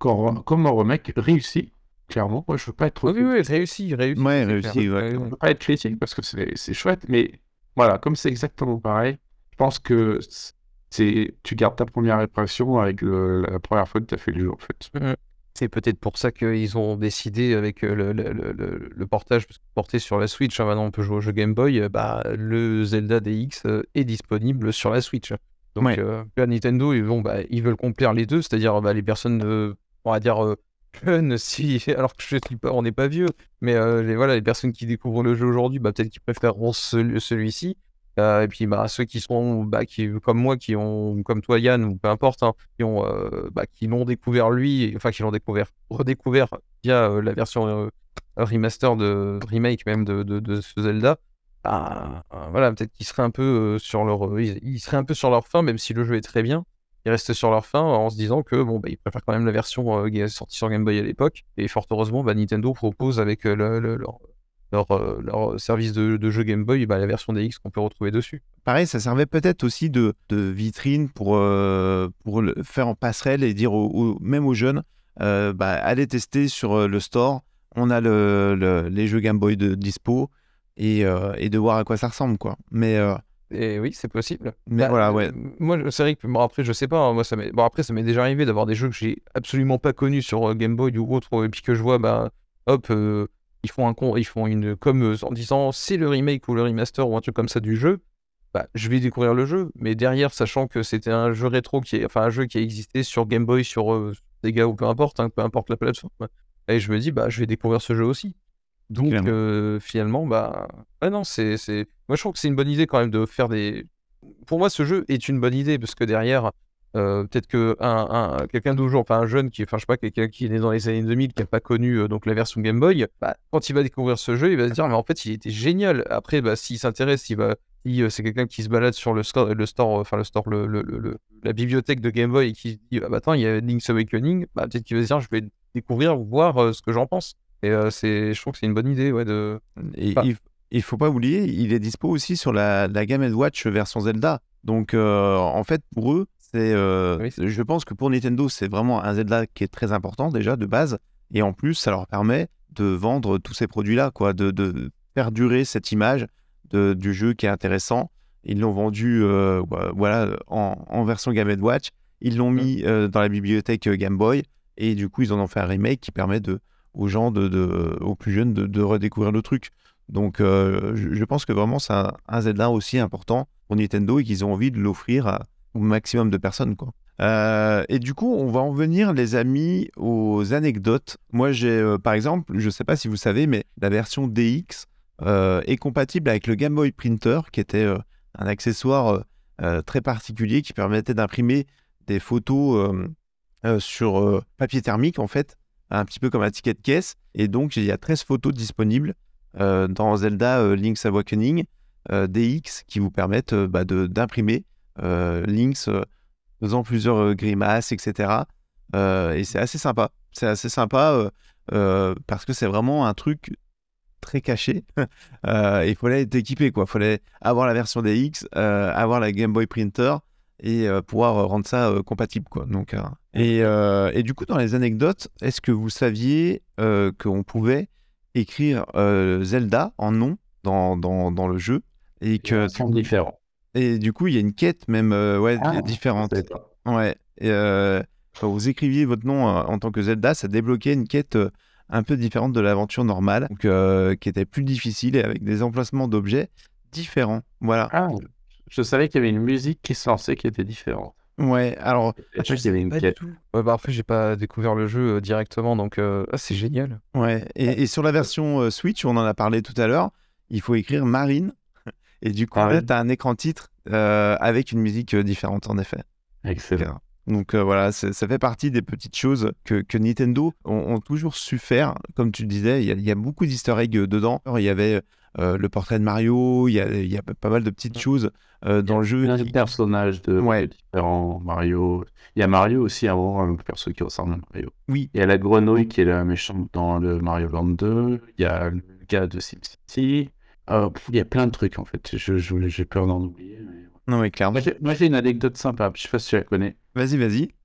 S3: comme, comme un remake réussi, clairement. Moi, je veux pas être trop
S2: Oui, oui,
S3: critique.
S2: réussi, réussi.
S1: Ouais,
S2: c'est
S1: réussi,
S2: clair.
S1: ouais.
S2: Ouais,
S3: Je
S2: ouais.
S3: veux pas être critique parce que c'est c'est chouette, mais voilà, comme c'est exactement pareil, je pense que c'est tu gardes ta première impression avec le- la première fois que tu as fait le jeu, en fait.
S2: Mhm. C'est peut-être pour ça qu'ils ont décidé avec euh, le, le, le, le- le portage, parce que porté sur la Switch, hein, maintenant on peut jouer au jeu Game Boy, euh, bah, le Zelda D X euh, est disponible sur la Switch. Donc
S1: Ouais.
S2: euh, là, Nintendo, ils, vont, bah, ils veulent complaire les deux, c'est-à-dire bah, les personnes, euh, on va dire, euh, jeunes, si, alors que je suis pas, on n'est pas vieux, mais euh, les, voilà, les personnes qui découvrent le jeu aujourd'hui, bah, peut-être qu'ils préféreront celui- celui-ci. Euh, et puis bah, ceux qui sont bah, qui, comme moi, qui ont, comme toi Yann, ou peu importe, hein, qui ont euh, bah, qui l'ont découvert lui, et- enfin qui l'ont découvert, redécouvert via euh, la version euh, remaster de remake même de, de, de ce Zelda. Bah, euh, voilà, peut-être qu'ils seraient un peu euh, sur leur, euh, ils, ils seraient un peu sur leur faim, même si le jeu est très bien. Ils restent sur leur faim en se disant que bon bah ils préfèrent quand même la version euh, ga- sortie sur Game Boy à l'époque. Et fort heureusement, bah, Nintendo propose avec euh, le- le- leur, leur, euh, leur service de, de jeu Game Boy, bah, la version D X qu'on peut retrouver dessus.
S1: Pareil, ça servait peut-être aussi de, de vitrine pour, euh, pour le faire en passerelle et dire aux, aux- même aux jeunes, euh, bah, allez tester sur euh, le store, on a le, le- les jeux Game Boy de dispo et, euh, et de voir à quoi ça ressemble, quoi. Mais, euh,
S2: Et oui, c'est possible.
S1: mais
S2: Bah,
S1: voilà,
S2: euh,
S1: ouais.
S2: moi, je- c'est vrai que bon, après, je sais pas. Hein, moi, ça m'est... Bon, après, ça m'est déjà arrivé d'avoir des jeux que j'ai absolument pas connus sur euh, Game Boy ou autre, et puis que je vois, bah, hop, euh, ils font un con, ils font une comme euh, en disant c'est le remake ou le remaster ou un truc comme ça du jeu. Bah, je vais découvrir le jeu, mais derrière, sachant que c'était un jeu rétro qui est, enfin, un jeu qui a existé sur Game Boy, sur euh, Sega ou peu importe, hein, peu importe la plateforme. Et je me dis, bah, je vais découvrir ce jeu aussi. Donc,
S1: Clairement.
S2: euh, finalement, bah, ouais, non, c'est, c'est, moi, je trouve que c'est une bonne idée quand même de faire des. Pour moi, ce jeu est une bonne idée parce que derrière, euh, peut-être que un, un- quelqu'un d'aujourd'hui, enfin un jeune qui, enfin, je sais pas, quelqu'un qui est né dans les années deux mille, qui a pas connu euh, donc la version Game Boy, bah, quand il va découvrir ce jeu, il va se dire, mais en fait, il était génial. Après, bah, s'il s'intéresse, il va, si euh, c'est quelqu'un qui se balade sur le store, le store, euh, enfin le store, le, le- le- le- la bibliothèque de Game Boy et qui se dit, ah, bah attends, il y a Link's Awakening, bah peut-être qu'il va se dire, je vais découvrir, voir euh, ce que j'en pense. Et euh, c'est, je trouve que c'est une bonne idée, ouais, de.
S1: Et
S2: Enfin,
S1: il, il faut pas oublier, il est dispo aussi sur la, la Game and Watch version Zelda. Donc, euh, en fait, pour eux, c'est, euh,
S2: Oui.
S1: je pense que pour Nintendo, c'est vraiment un Zelda qui est très important déjà de base. Et en plus, ça leur permet de vendre tous ces produits-là, quoi, de, de faire durer cette image de, du jeu qui est intéressant. Ils l'ont vendu, euh, voilà, en, en version Game and Watch. Ils l'ont
S2: Mm.
S1: mis euh, dans la bibliothèque euh, Game Boy. Et du coup, ils en ont fait un remake qui permet de, aux gens, de, de, aux plus jeunes, de, de redécouvrir le truc. Donc, euh, je, je pense que vraiment, c'est un, un Zelda aussi important pour Nintendo et qu'ils ont envie de l'offrir à- au maximum de personnes, quoi. Euh, et du coup, on va en venir, les amis, aux anecdotes. Moi, j'ai, euh, par exemple, je ne sais pas si vous savez, mais la version D X euh, est compatible avec le Game Boy Printer, qui était euh, un accessoire euh, euh, très particulier qui permettait d'imprimer des photos euh, euh, sur euh, papier thermique, en fait, un petit peu comme un ticket de caisse. Et donc, il y a treize photos disponibles euh, dans Zelda euh, Link's Awakening euh, D X qui vous permettent euh, bah, de, d'imprimer euh, Link's euh, faisant plusieurs euh, grimaces, et cetera. Euh, et c'est assez sympa. C'est assez sympa euh, euh, parce que c'est vraiment un truc très caché. Euh, il fallait être équipé, quoi. Il fallait avoir la version D X, euh, avoir la Game Boy Printer et euh, pouvoir euh, rendre ça euh, compatible, quoi. Donc, euh, et, euh, et du coup, dans les anecdotes, est-ce que vous saviez euh, qu'on pouvait écrire euh, Zelda en nom dans, dans, dans le jeu et que
S3: Ils sont différents.
S1: et du coup, il y a une quête même euh, ouais,
S3: Ah,
S1: différente.
S3: je savais pas.
S1: Ouais. Et, euh, quand vous écriviez votre nom euh, en tant que Zelda, ça débloquait une quête euh, un peu différente de l'aventure normale, donc, euh, qui était plus difficile et avec des emplacements d'objets différents. Voilà.
S3: Ah, je savais qu'il y avait une musique qui se lançait qui était différente.
S1: Ouais, alors,
S3: Je savais qu'il y avait une
S2: Pas du
S3: quête.
S2: tout. Ouais, bah après, j'ai pas découvert le jeu euh, directement, donc euh, ah, c'est génial.
S1: ouais. Et, et sur la version euh, Switch, on en a parlé tout à l'heure, il faut écrire Marine. Et du coup, là,
S3: Marine.
S1: tu as un écran titre euh, avec une musique euh, différente, en effet.
S3: Excellent.
S1: Donc euh, voilà, c'est- ça fait partie des petites choses que, que Nintendo ont, ont toujours su faire. Comme tu le disais, il y, a- il y a beaucoup d'easter eggs euh, dedans. Alors, il y avait euh, le portrait de Mario, il y a, il y a pas mal de petites choses euh, dans le jeu.
S3: Il y a
S1: qui-
S3: des personnages de,
S1: Ouais.
S3: de différents Mario. Il y a Mario aussi, avant, un perso qui ressemble à Mario.
S1: Oui,
S3: Il y a la grenouille qui est la méchante dans le Mario Land deux. Il y a le gars de SimCity. Euh, pff, il y a plein de trucs en fait. Je, je- j'ai peur d'en oublier. mais-
S1: non mais clairement.
S3: Moi, j'ai, moi, j'ai une anecdote sympa. Je sais pas si tu la connais.
S1: Vas-y, vas-y.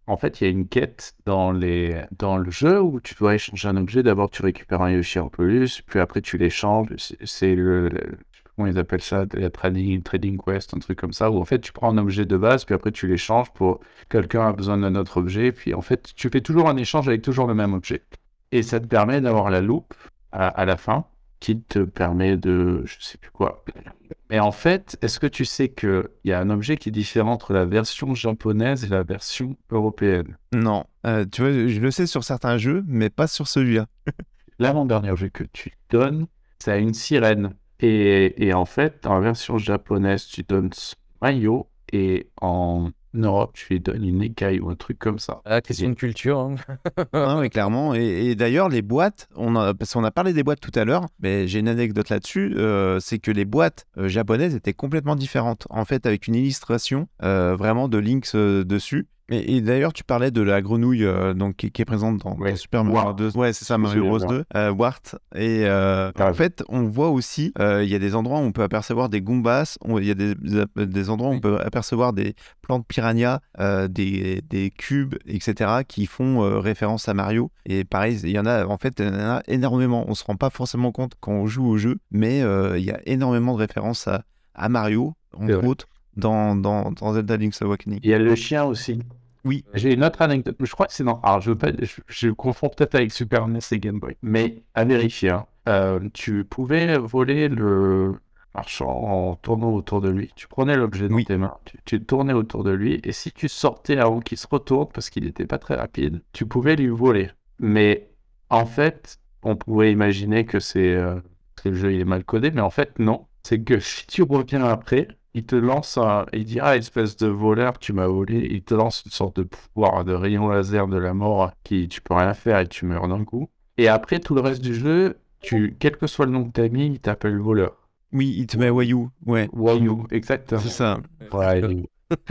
S3: en fait, il y a une quête dans les dans le jeu où tu dois échanger un objet. D'abord, tu récupères un Yoshi en plus, puis après, tu l'échanges. C'est c'est le, le- je sais pas comment ils appellent ça, la trading, trading quest, un truc comme ça, où en fait, tu prends un objet de base, puis après, tu l'échanges pour quelqu'un a besoin d'un autre objet, puis en fait, tu fais toujours un échange avec toujours le même objet. Et ça te permet d'avoir la loupe à, à la fin, qui te permet de, je sais plus quoi. Mais en fait, est-ce que tu sais qu'il y a un objet qui est différent entre la version japonaise et la version européenne?
S1: Non. Euh, tu vois, je le sais sur certains jeux, mais pas sur celui-là.
S3: L'avant-dernier objet que tu donnes, c'est une sirène. Et, et en fait, dans la version japonaise, tu donnes son maillot, et en Europe, tu lui donnes une écaille ou un truc comme ça.
S2: Ah, question de culture. Hein.
S1: Non, mais clairement. Et, et d'ailleurs, les boîtes, on a, parce qu'on a parlé des boîtes tout à l'heure, mais j'ai une anecdote là-dessus, euh, c'est que les boîtes euh, japonaises étaient complètement différentes. En fait, avec une illustration euh, vraiment de Lynx euh, dessus. Et, et d'ailleurs, tu parlais de la grenouille euh, donc, qui, qui est présente dans,
S3: Ouais,
S1: dans Super Mario
S3: Wart.
S1: deux. Ouais, c'est ça,
S3: Je me
S1: Mario
S3: souviens
S1: Bros
S3: bien.
S1: deux. Euh, Wart. Et euh,
S3: Ah,
S1: en fait, on voit aussi, euh, il y a des endroits où on peut apercevoir des Goombas, on- il y a des, des endroits où on peut apercevoir des plantes piranha, euh, des, des cubes, et cetera, qui font euh, référence à Mario. Et pareil, il y en a, en fait, il y en a énormément. On se rend pas forcément compte quand on joue au jeu, mais euh, il y a énormément de références à, à Mario,
S3: C'est
S1: entre
S3: vrai.
S1: autres, dans, dans, dans Zelda Link's Awakening.
S3: Il y a le chien aussi.
S1: Oui,
S3: J'ai une autre anecdote, mais je crois que c'est dans. Alors, je veux pas, je, je confonds peut-être avec Super N E S et Game Boy, mais à vérifier. Hein. Euh, tu pouvais voler le marchand en tournant autour de lui. Tu prenais l'objet dans
S1: oui.
S3: tes mains, tu, tu tournais autour de lui, et si tu sortais avant qu'il se retourne, parce qu'il n'était pas très rapide, tu pouvais lui voler. Mais en fait, on pouvait imaginer que c'est euh, que le jeu il est mal codé, mais en fait, non. C'est que si tu reviens après, il te lance un... Il dit, ah, espèce de voleur, tu m'as volé. Il te lance une sorte de pouvoir de rayon laser de la mort qui tu peux rien faire et tu meurs d'un coup. Et après, tout le reste du jeu, tu... quel que soit le nom que t'as mis, il t'appelle voleur.
S1: Oui, il te met Wayu, ouais,
S3: Wayou, exactement.
S1: c'est ça.
S3: Wayou.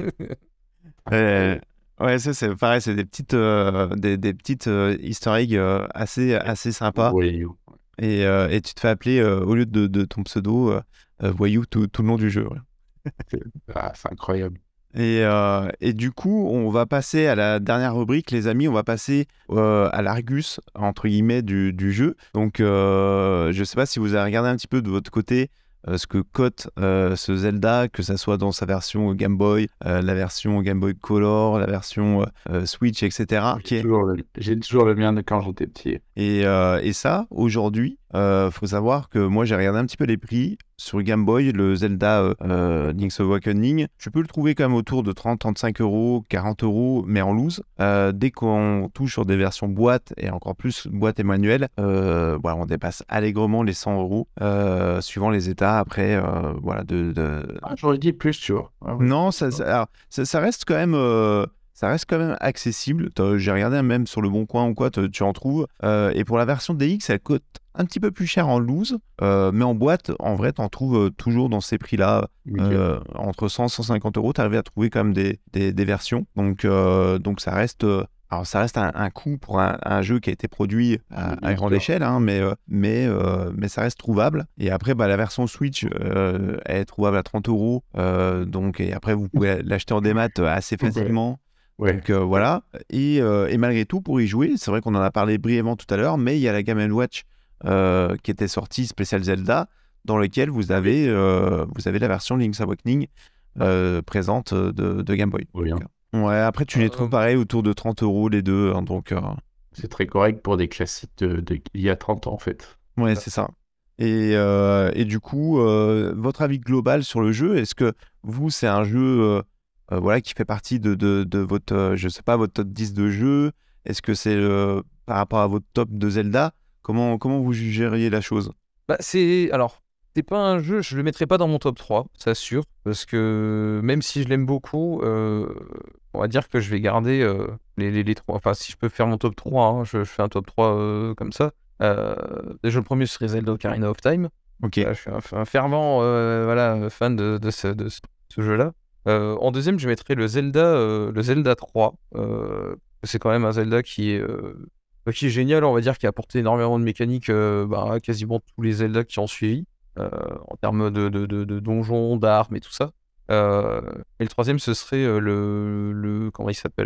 S1: Euh, ouais, ça c'est pareil, c'est des petites, euh, des, des petites euh, easter eggs euh, assez, assez sympas.
S3: Wayou.
S1: Et, euh, et tu te fais appeler, euh, au lieu de, de ton pseudo, euh, euh, Voyou tout, tout le long du jeu. Ouais.
S3: C'est ah, c'est incroyable.
S1: Et, euh, et du coup, on va passer à la dernière rubrique, les amis. On va passer euh, à l'Argus, entre guillemets, du, du jeu. Donc, euh, je sais pas si vous avez regardé un petit peu de votre côté euh, ce que cote euh, ce Zelda, que ça soit dans sa version Game Boy, euh, la version Game Boy Color, la version euh, Switch, et cetera.
S3: J'ai
S1: Ok.
S3: toujours, le... J'ai toujours le mien de quand j'étais petit.
S1: Et, euh, et ça, aujourd'hui, euh, faut savoir que moi j'ai regardé un petit peu les prix. Sur Game Boy, le Zelda euh, euh, Link's Awakening, tu peux le trouver quand même autour de trente, trente-cinq euros, quarante euros, mais en loose. Euh, dès qu'on touche sur des versions boîte, et encore plus boîte et manuel, euh, voilà, on dépasse allègrement les cent euros, euh, suivant les états après. Euh, voilà, de, de...
S3: Ah, j'aurais dit plus, tu vois. Ah, ouais.
S1: Non, ça, ça, alors, ça, ça reste quand même... euh, Ça reste quand même accessible. T'as- J'ai regardé même sur le Bon Coin ou quoi, te- tu en trouves. Euh, et pour la version D X, elle coûte un petit peu plus cher en loose, euh, mais en boîte, en vrai, t'en trouves euh, toujours dans ces prix-là,
S3: Ok.
S1: euh, entre cent et cent cinquante euros. T'arrives à trouver quand même des, des, des versions. Donc, euh, donc ça reste. euh, alors ça reste un, un coût pour un, un jeu qui a été produit à,
S3: Bien
S1: à grande
S3: sûr.
S1: échelle, hein, mais, euh, mais, euh, mais ça reste trouvable. Et après, bah, la version Switch, euh, elle est trouvable à trente euros. Euh, donc, et après, vous pouvez l'acheter en démat euh, assez facilement.
S3: Ouais.
S1: Donc euh, voilà, et, euh, et malgré tout, pour y jouer, c'est vrai qu'on en a parlé brièvement tout à l'heure, mais il y a la Game and Watch euh, qui était sortie spéciale Zelda, dans lequel vous avez, euh, vous avez la version Link's Awakening euh, présente de, de Game Boy.
S3: Oui, hein.
S1: Ouais, après tu les
S2: Euh,
S1: trouves pareil autour de trente euros les deux, hein, donc euh,
S3: C'est très correct pour des classiques de, de- il y a trente ans, en fait.
S1: ouais, c'est ça. Et, euh, et du coup, euh, votre avis global sur le jeu, est-ce que vous, c'est un jeu euh, euh, voilà, qui fait partie de, de, de votre, euh, je sais pas, votre top dix de jeux? Est-ce que c'est euh, par rapport à votre top de Zelda? Comment, comment vous jugeriez la chose?
S2: Bah, c'est. Alors, c'est pas un jeu, je le mettrai pas dans mon top trois, ça sûr, parce que même si je l'aime beaucoup, euh, on va dire que je vais garder euh, les, les, les trois. Enfin, si je peux faire mon top trois, hein, je, je fais un top trois euh, comme ça. Euh, déjà, le premier serait Zelda Ocarina of Time.
S1: Ok.
S2: Euh, je suis un, un fervent euh, voilà, fan de, de ce, de ce- ce jeu-là. Euh, en deuxième, je mettrais le Zelda, euh, le Zelda trois. Euh, c'est quand même un Zelda qui est, euh, bah, qui est génial, on va dire, qui a apporté énormément de mécaniques euh, bah, à quasiment tous les Zelda qui ont suivi, euh, en termes de, de, de, de donjons, d'armes et tout ça. Euh, et le troisième, ce serait euh, le, le. Comment il s'appelle?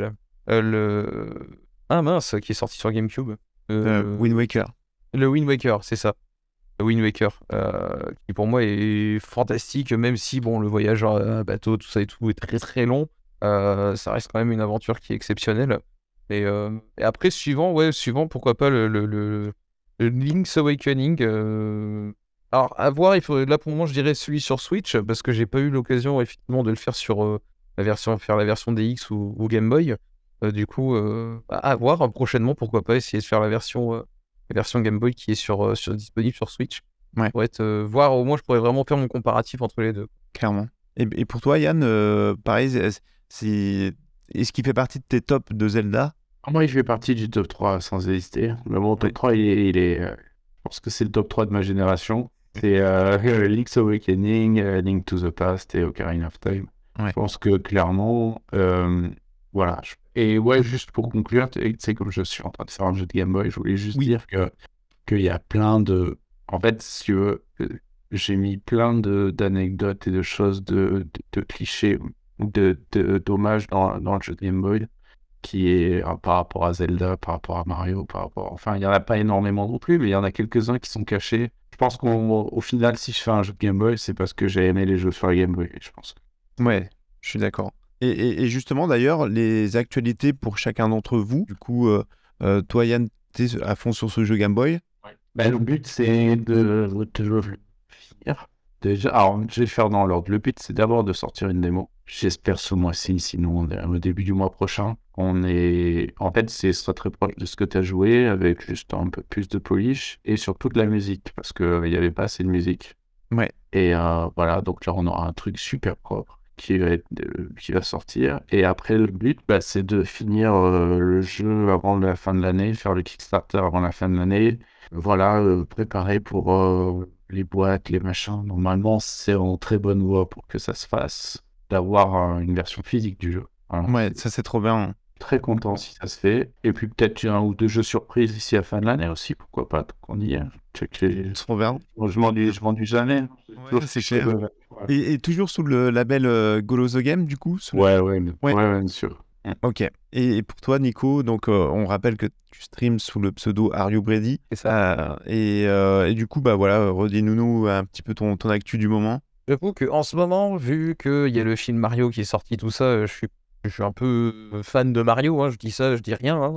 S2: euh, le... Ah mince, qui est sorti sur GameCube.
S1: Euh,
S2: Euh,
S1: Wind Waker.
S2: Le Wind Waker, c'est ça. Le Wind Waker, euh, qui pour moi est fantastique, même si bon, le voyage à bateau, tout ça et tout est très très long. Euh, ça reste quand même une aventure qui est exceptionnelle. Et, euh, et après, suivant, ouais, suivant, pourquoi pas le, le, le, le Link's Awakening. euh, Alors, à voir, il faudrait, là pour moi, je dirais celui sur Switch, parce que j'ai pas eu l'occasion effectivement de le faire sur euh, la version, faire la version D X ou, ou Game Boy. Euh, du coup, euh, à voir, hein, prochainement, pourquoi pas essayer de faire la version, euh, la version Game Boy qui est sur, euh, sur, disponible sur Switch.
S1: Ouais.
S2: Pour être, euh, voir, au moins, je pourrais vraiment faire mon comparatif entre les deux.
S1: Clairement. Et, et pour toi, Yann, euh, pareil, c'est- c'est... est-ce qu'il fait partie de tes tops de Zelda?
S3: Moi, il fait partie du top trois sans hésiter. Mais mon top
S1: Ouais.
S3: trois, il est, il est, euh, je pense que c'est le top trois de ma génération. C'est euh, Link's Awakening, euh, Link to the Past et Ocarina of Time.
S1: Ouais.
S3: Je pense que clairement, euh, voilà. je- Et ouais, juste pour conclure, tu tu sais, comme je suis en train de faire un jeu de Game Boy, je voulais juste
S1: Oui.
S3: dire que qu'il y a plein de... En fait, si tu veux, euh, j'ai mis plein de d'anecdotes et de choses, de, de, de clichés ou de, de, d'hommages dans, dans le jeu de Game Boy, qui est euh, par rapport à Zelda, par rapport à Mario, par rapport... Enfin, il n'y en a pas énormément non plus, mais il y en a quelques-uns qui sont cachés. Je pense qu'au final, si je fais un jeu de Game Boy, c'est parce que j'ai aimé les jeux sur la Game Boy, je pense.
S1: Ouais, je suis d'accord. Et, et- et justement, d'ailleurs, les actualités pour chacun d'entre vous. Du coup, euh, euh, toi, Yann, t'es à fond sur ce jeu Game Boy.
S3: Ben, le but, c'est de, de le finir. Déjà, alors, je vais le faire dans l'ordre. Le but, c'est d'abord de sortir une démo. J'espère ce mois-ci, sinon on est au début du mois prochain. On est... En fait, c'est ce sera très proche de ce que tu as joué, avec juste un peu plus de polish, et surtout de la musique, parce qu'il n'y avait pas assez de musique.
S1: Ouais.
S3: Et euh, voilà, donc là, on aura un truc super propre qui va, être, euh, qui va sortir. Et après, le but, bah, c'est de finir euh, le jeu avant la fin de l'année, faire le Kickstarter avant la fin de l'année. Voilà, euh, préparer pour euh, les boîtes, les machins. Normalement, c'est en très bonne voie pour que ça se fasse, d'avoir euh, une version physique du jeu. Voilà.
S1: Ouais, ça c'est trop bien.
S3: Très content si ça se fait. Et puis peut-être un ou deux jeux surprises ici à la fin de l'année aussi, pourquoi pas, tant qu'on y est. Check les...
S1: Trop bien.
S3: Bon, je m'ennuie, je m'ennuie jamais.
S1: Ouais, c'est clair. Et, et toujours sous le label euh, Golo The Game, du coup sous le-
S3: Ouais, ouais, mais-
S1: Ouais.
S3: ouais, ouais, bien sûr.
S1: Ok. Et, et pour toi, Nico, donc euh, on rappelle que tu streams sous le pseudo Are You Brady.
S2: C'est ça.
S1: Euh, et, euh, et du coup, bah voilà, redis-nous un petit peu ton, ton actu du moment.
S2: J'avoue qu'en ce moment, vu qu'il y a le film Mario qui est sorti, tout ça, euh, je suis, je suis un peu fan de Mario, hein, je dis ça, je dis rien. hein.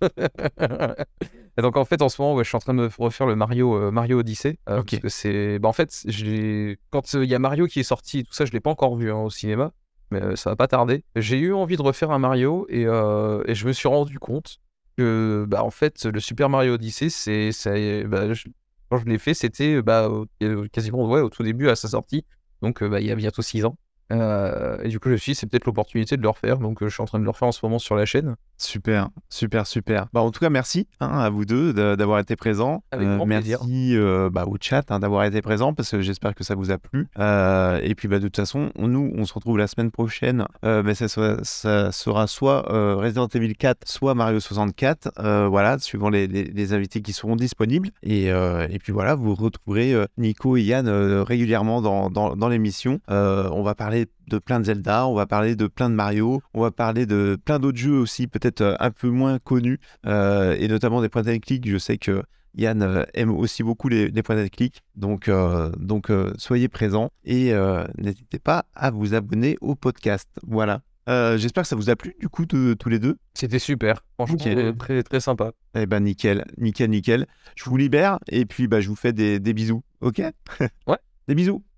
S2: Et donc en fait, en ce moment, ouais, je suis en train de me refaire le Mario, euh, Mario Odyssey. euh,
S1: Ok.
S2: Parce que c'est... Bah, en fait, j'ai... quand euh, il y a Mario qui est sorti, tout ça, je ne l'ai pas encore vu hein, au cinéma, mais euh, ça va pas tarder. J'ai eu envie de refaire un Mario et, euh, et je me suis rendu compte que, bah, en fait, le Super Mario Odyssey, c'est... c'est bah, je- Quand je l'ai fait, c'était bah, au- quasiment ouais, au tout début à sa sortie, donc euh, bah, il y a bientôt six ans. Euh, et du coup, je me suis dit, c'est peut-être l'opportunité de le refaire, donc euh, je suis en train de le refaire en ce moment sur la chaîne.
S1: Super, super, super. Bah, en tout cas, merci hein, à vous deux de- d'avoir été présents.
S2: Avec grand
S1: merci
S2: plaisir.
S1: euh, bah, au chat hein, d'avoir été présents parce que j'espère que ça vous a plu. Euh, et puis, bah, de toute façon, on- nous, on se retrouve la semaine prochaine. Euh, bah, ça, sera, ça sera soit euh, Resident Evil quatre, soit Mario soixante-quatre. Euh, voilà, suivant les, les- les invités qui seront disponibles. Et, euh, et puis voilà, vous retrouverez euh, Nico et Yann euh, régulièrement dans, dans, dans l'émission. Euh, on va parler de plein de Zelda, on va parler de plein de Mario, on va parler de plein d'autres jeux aussi, peut-être euh, un peu moins connus, euh, et notamment des points and click. Je sais que Yann euh, aime aussi beaucoup les, les points and click, donc, euh, donc euh, soyez présents et euh, n'hésitez pas à vous abonner au podcast. Voilà. Euh, J'espère que ça vous a plu, du coup, de, tous les deux.
S2: C'était super, franchement,
S1: Ok.
S2: euh, très, très sympa.
S1: Eh ben, nickel, nickel, nickel. Je vous libère et puis bah, je vous fais des, des bisous, ok?
S2: Ouais.
S1: Des bisous.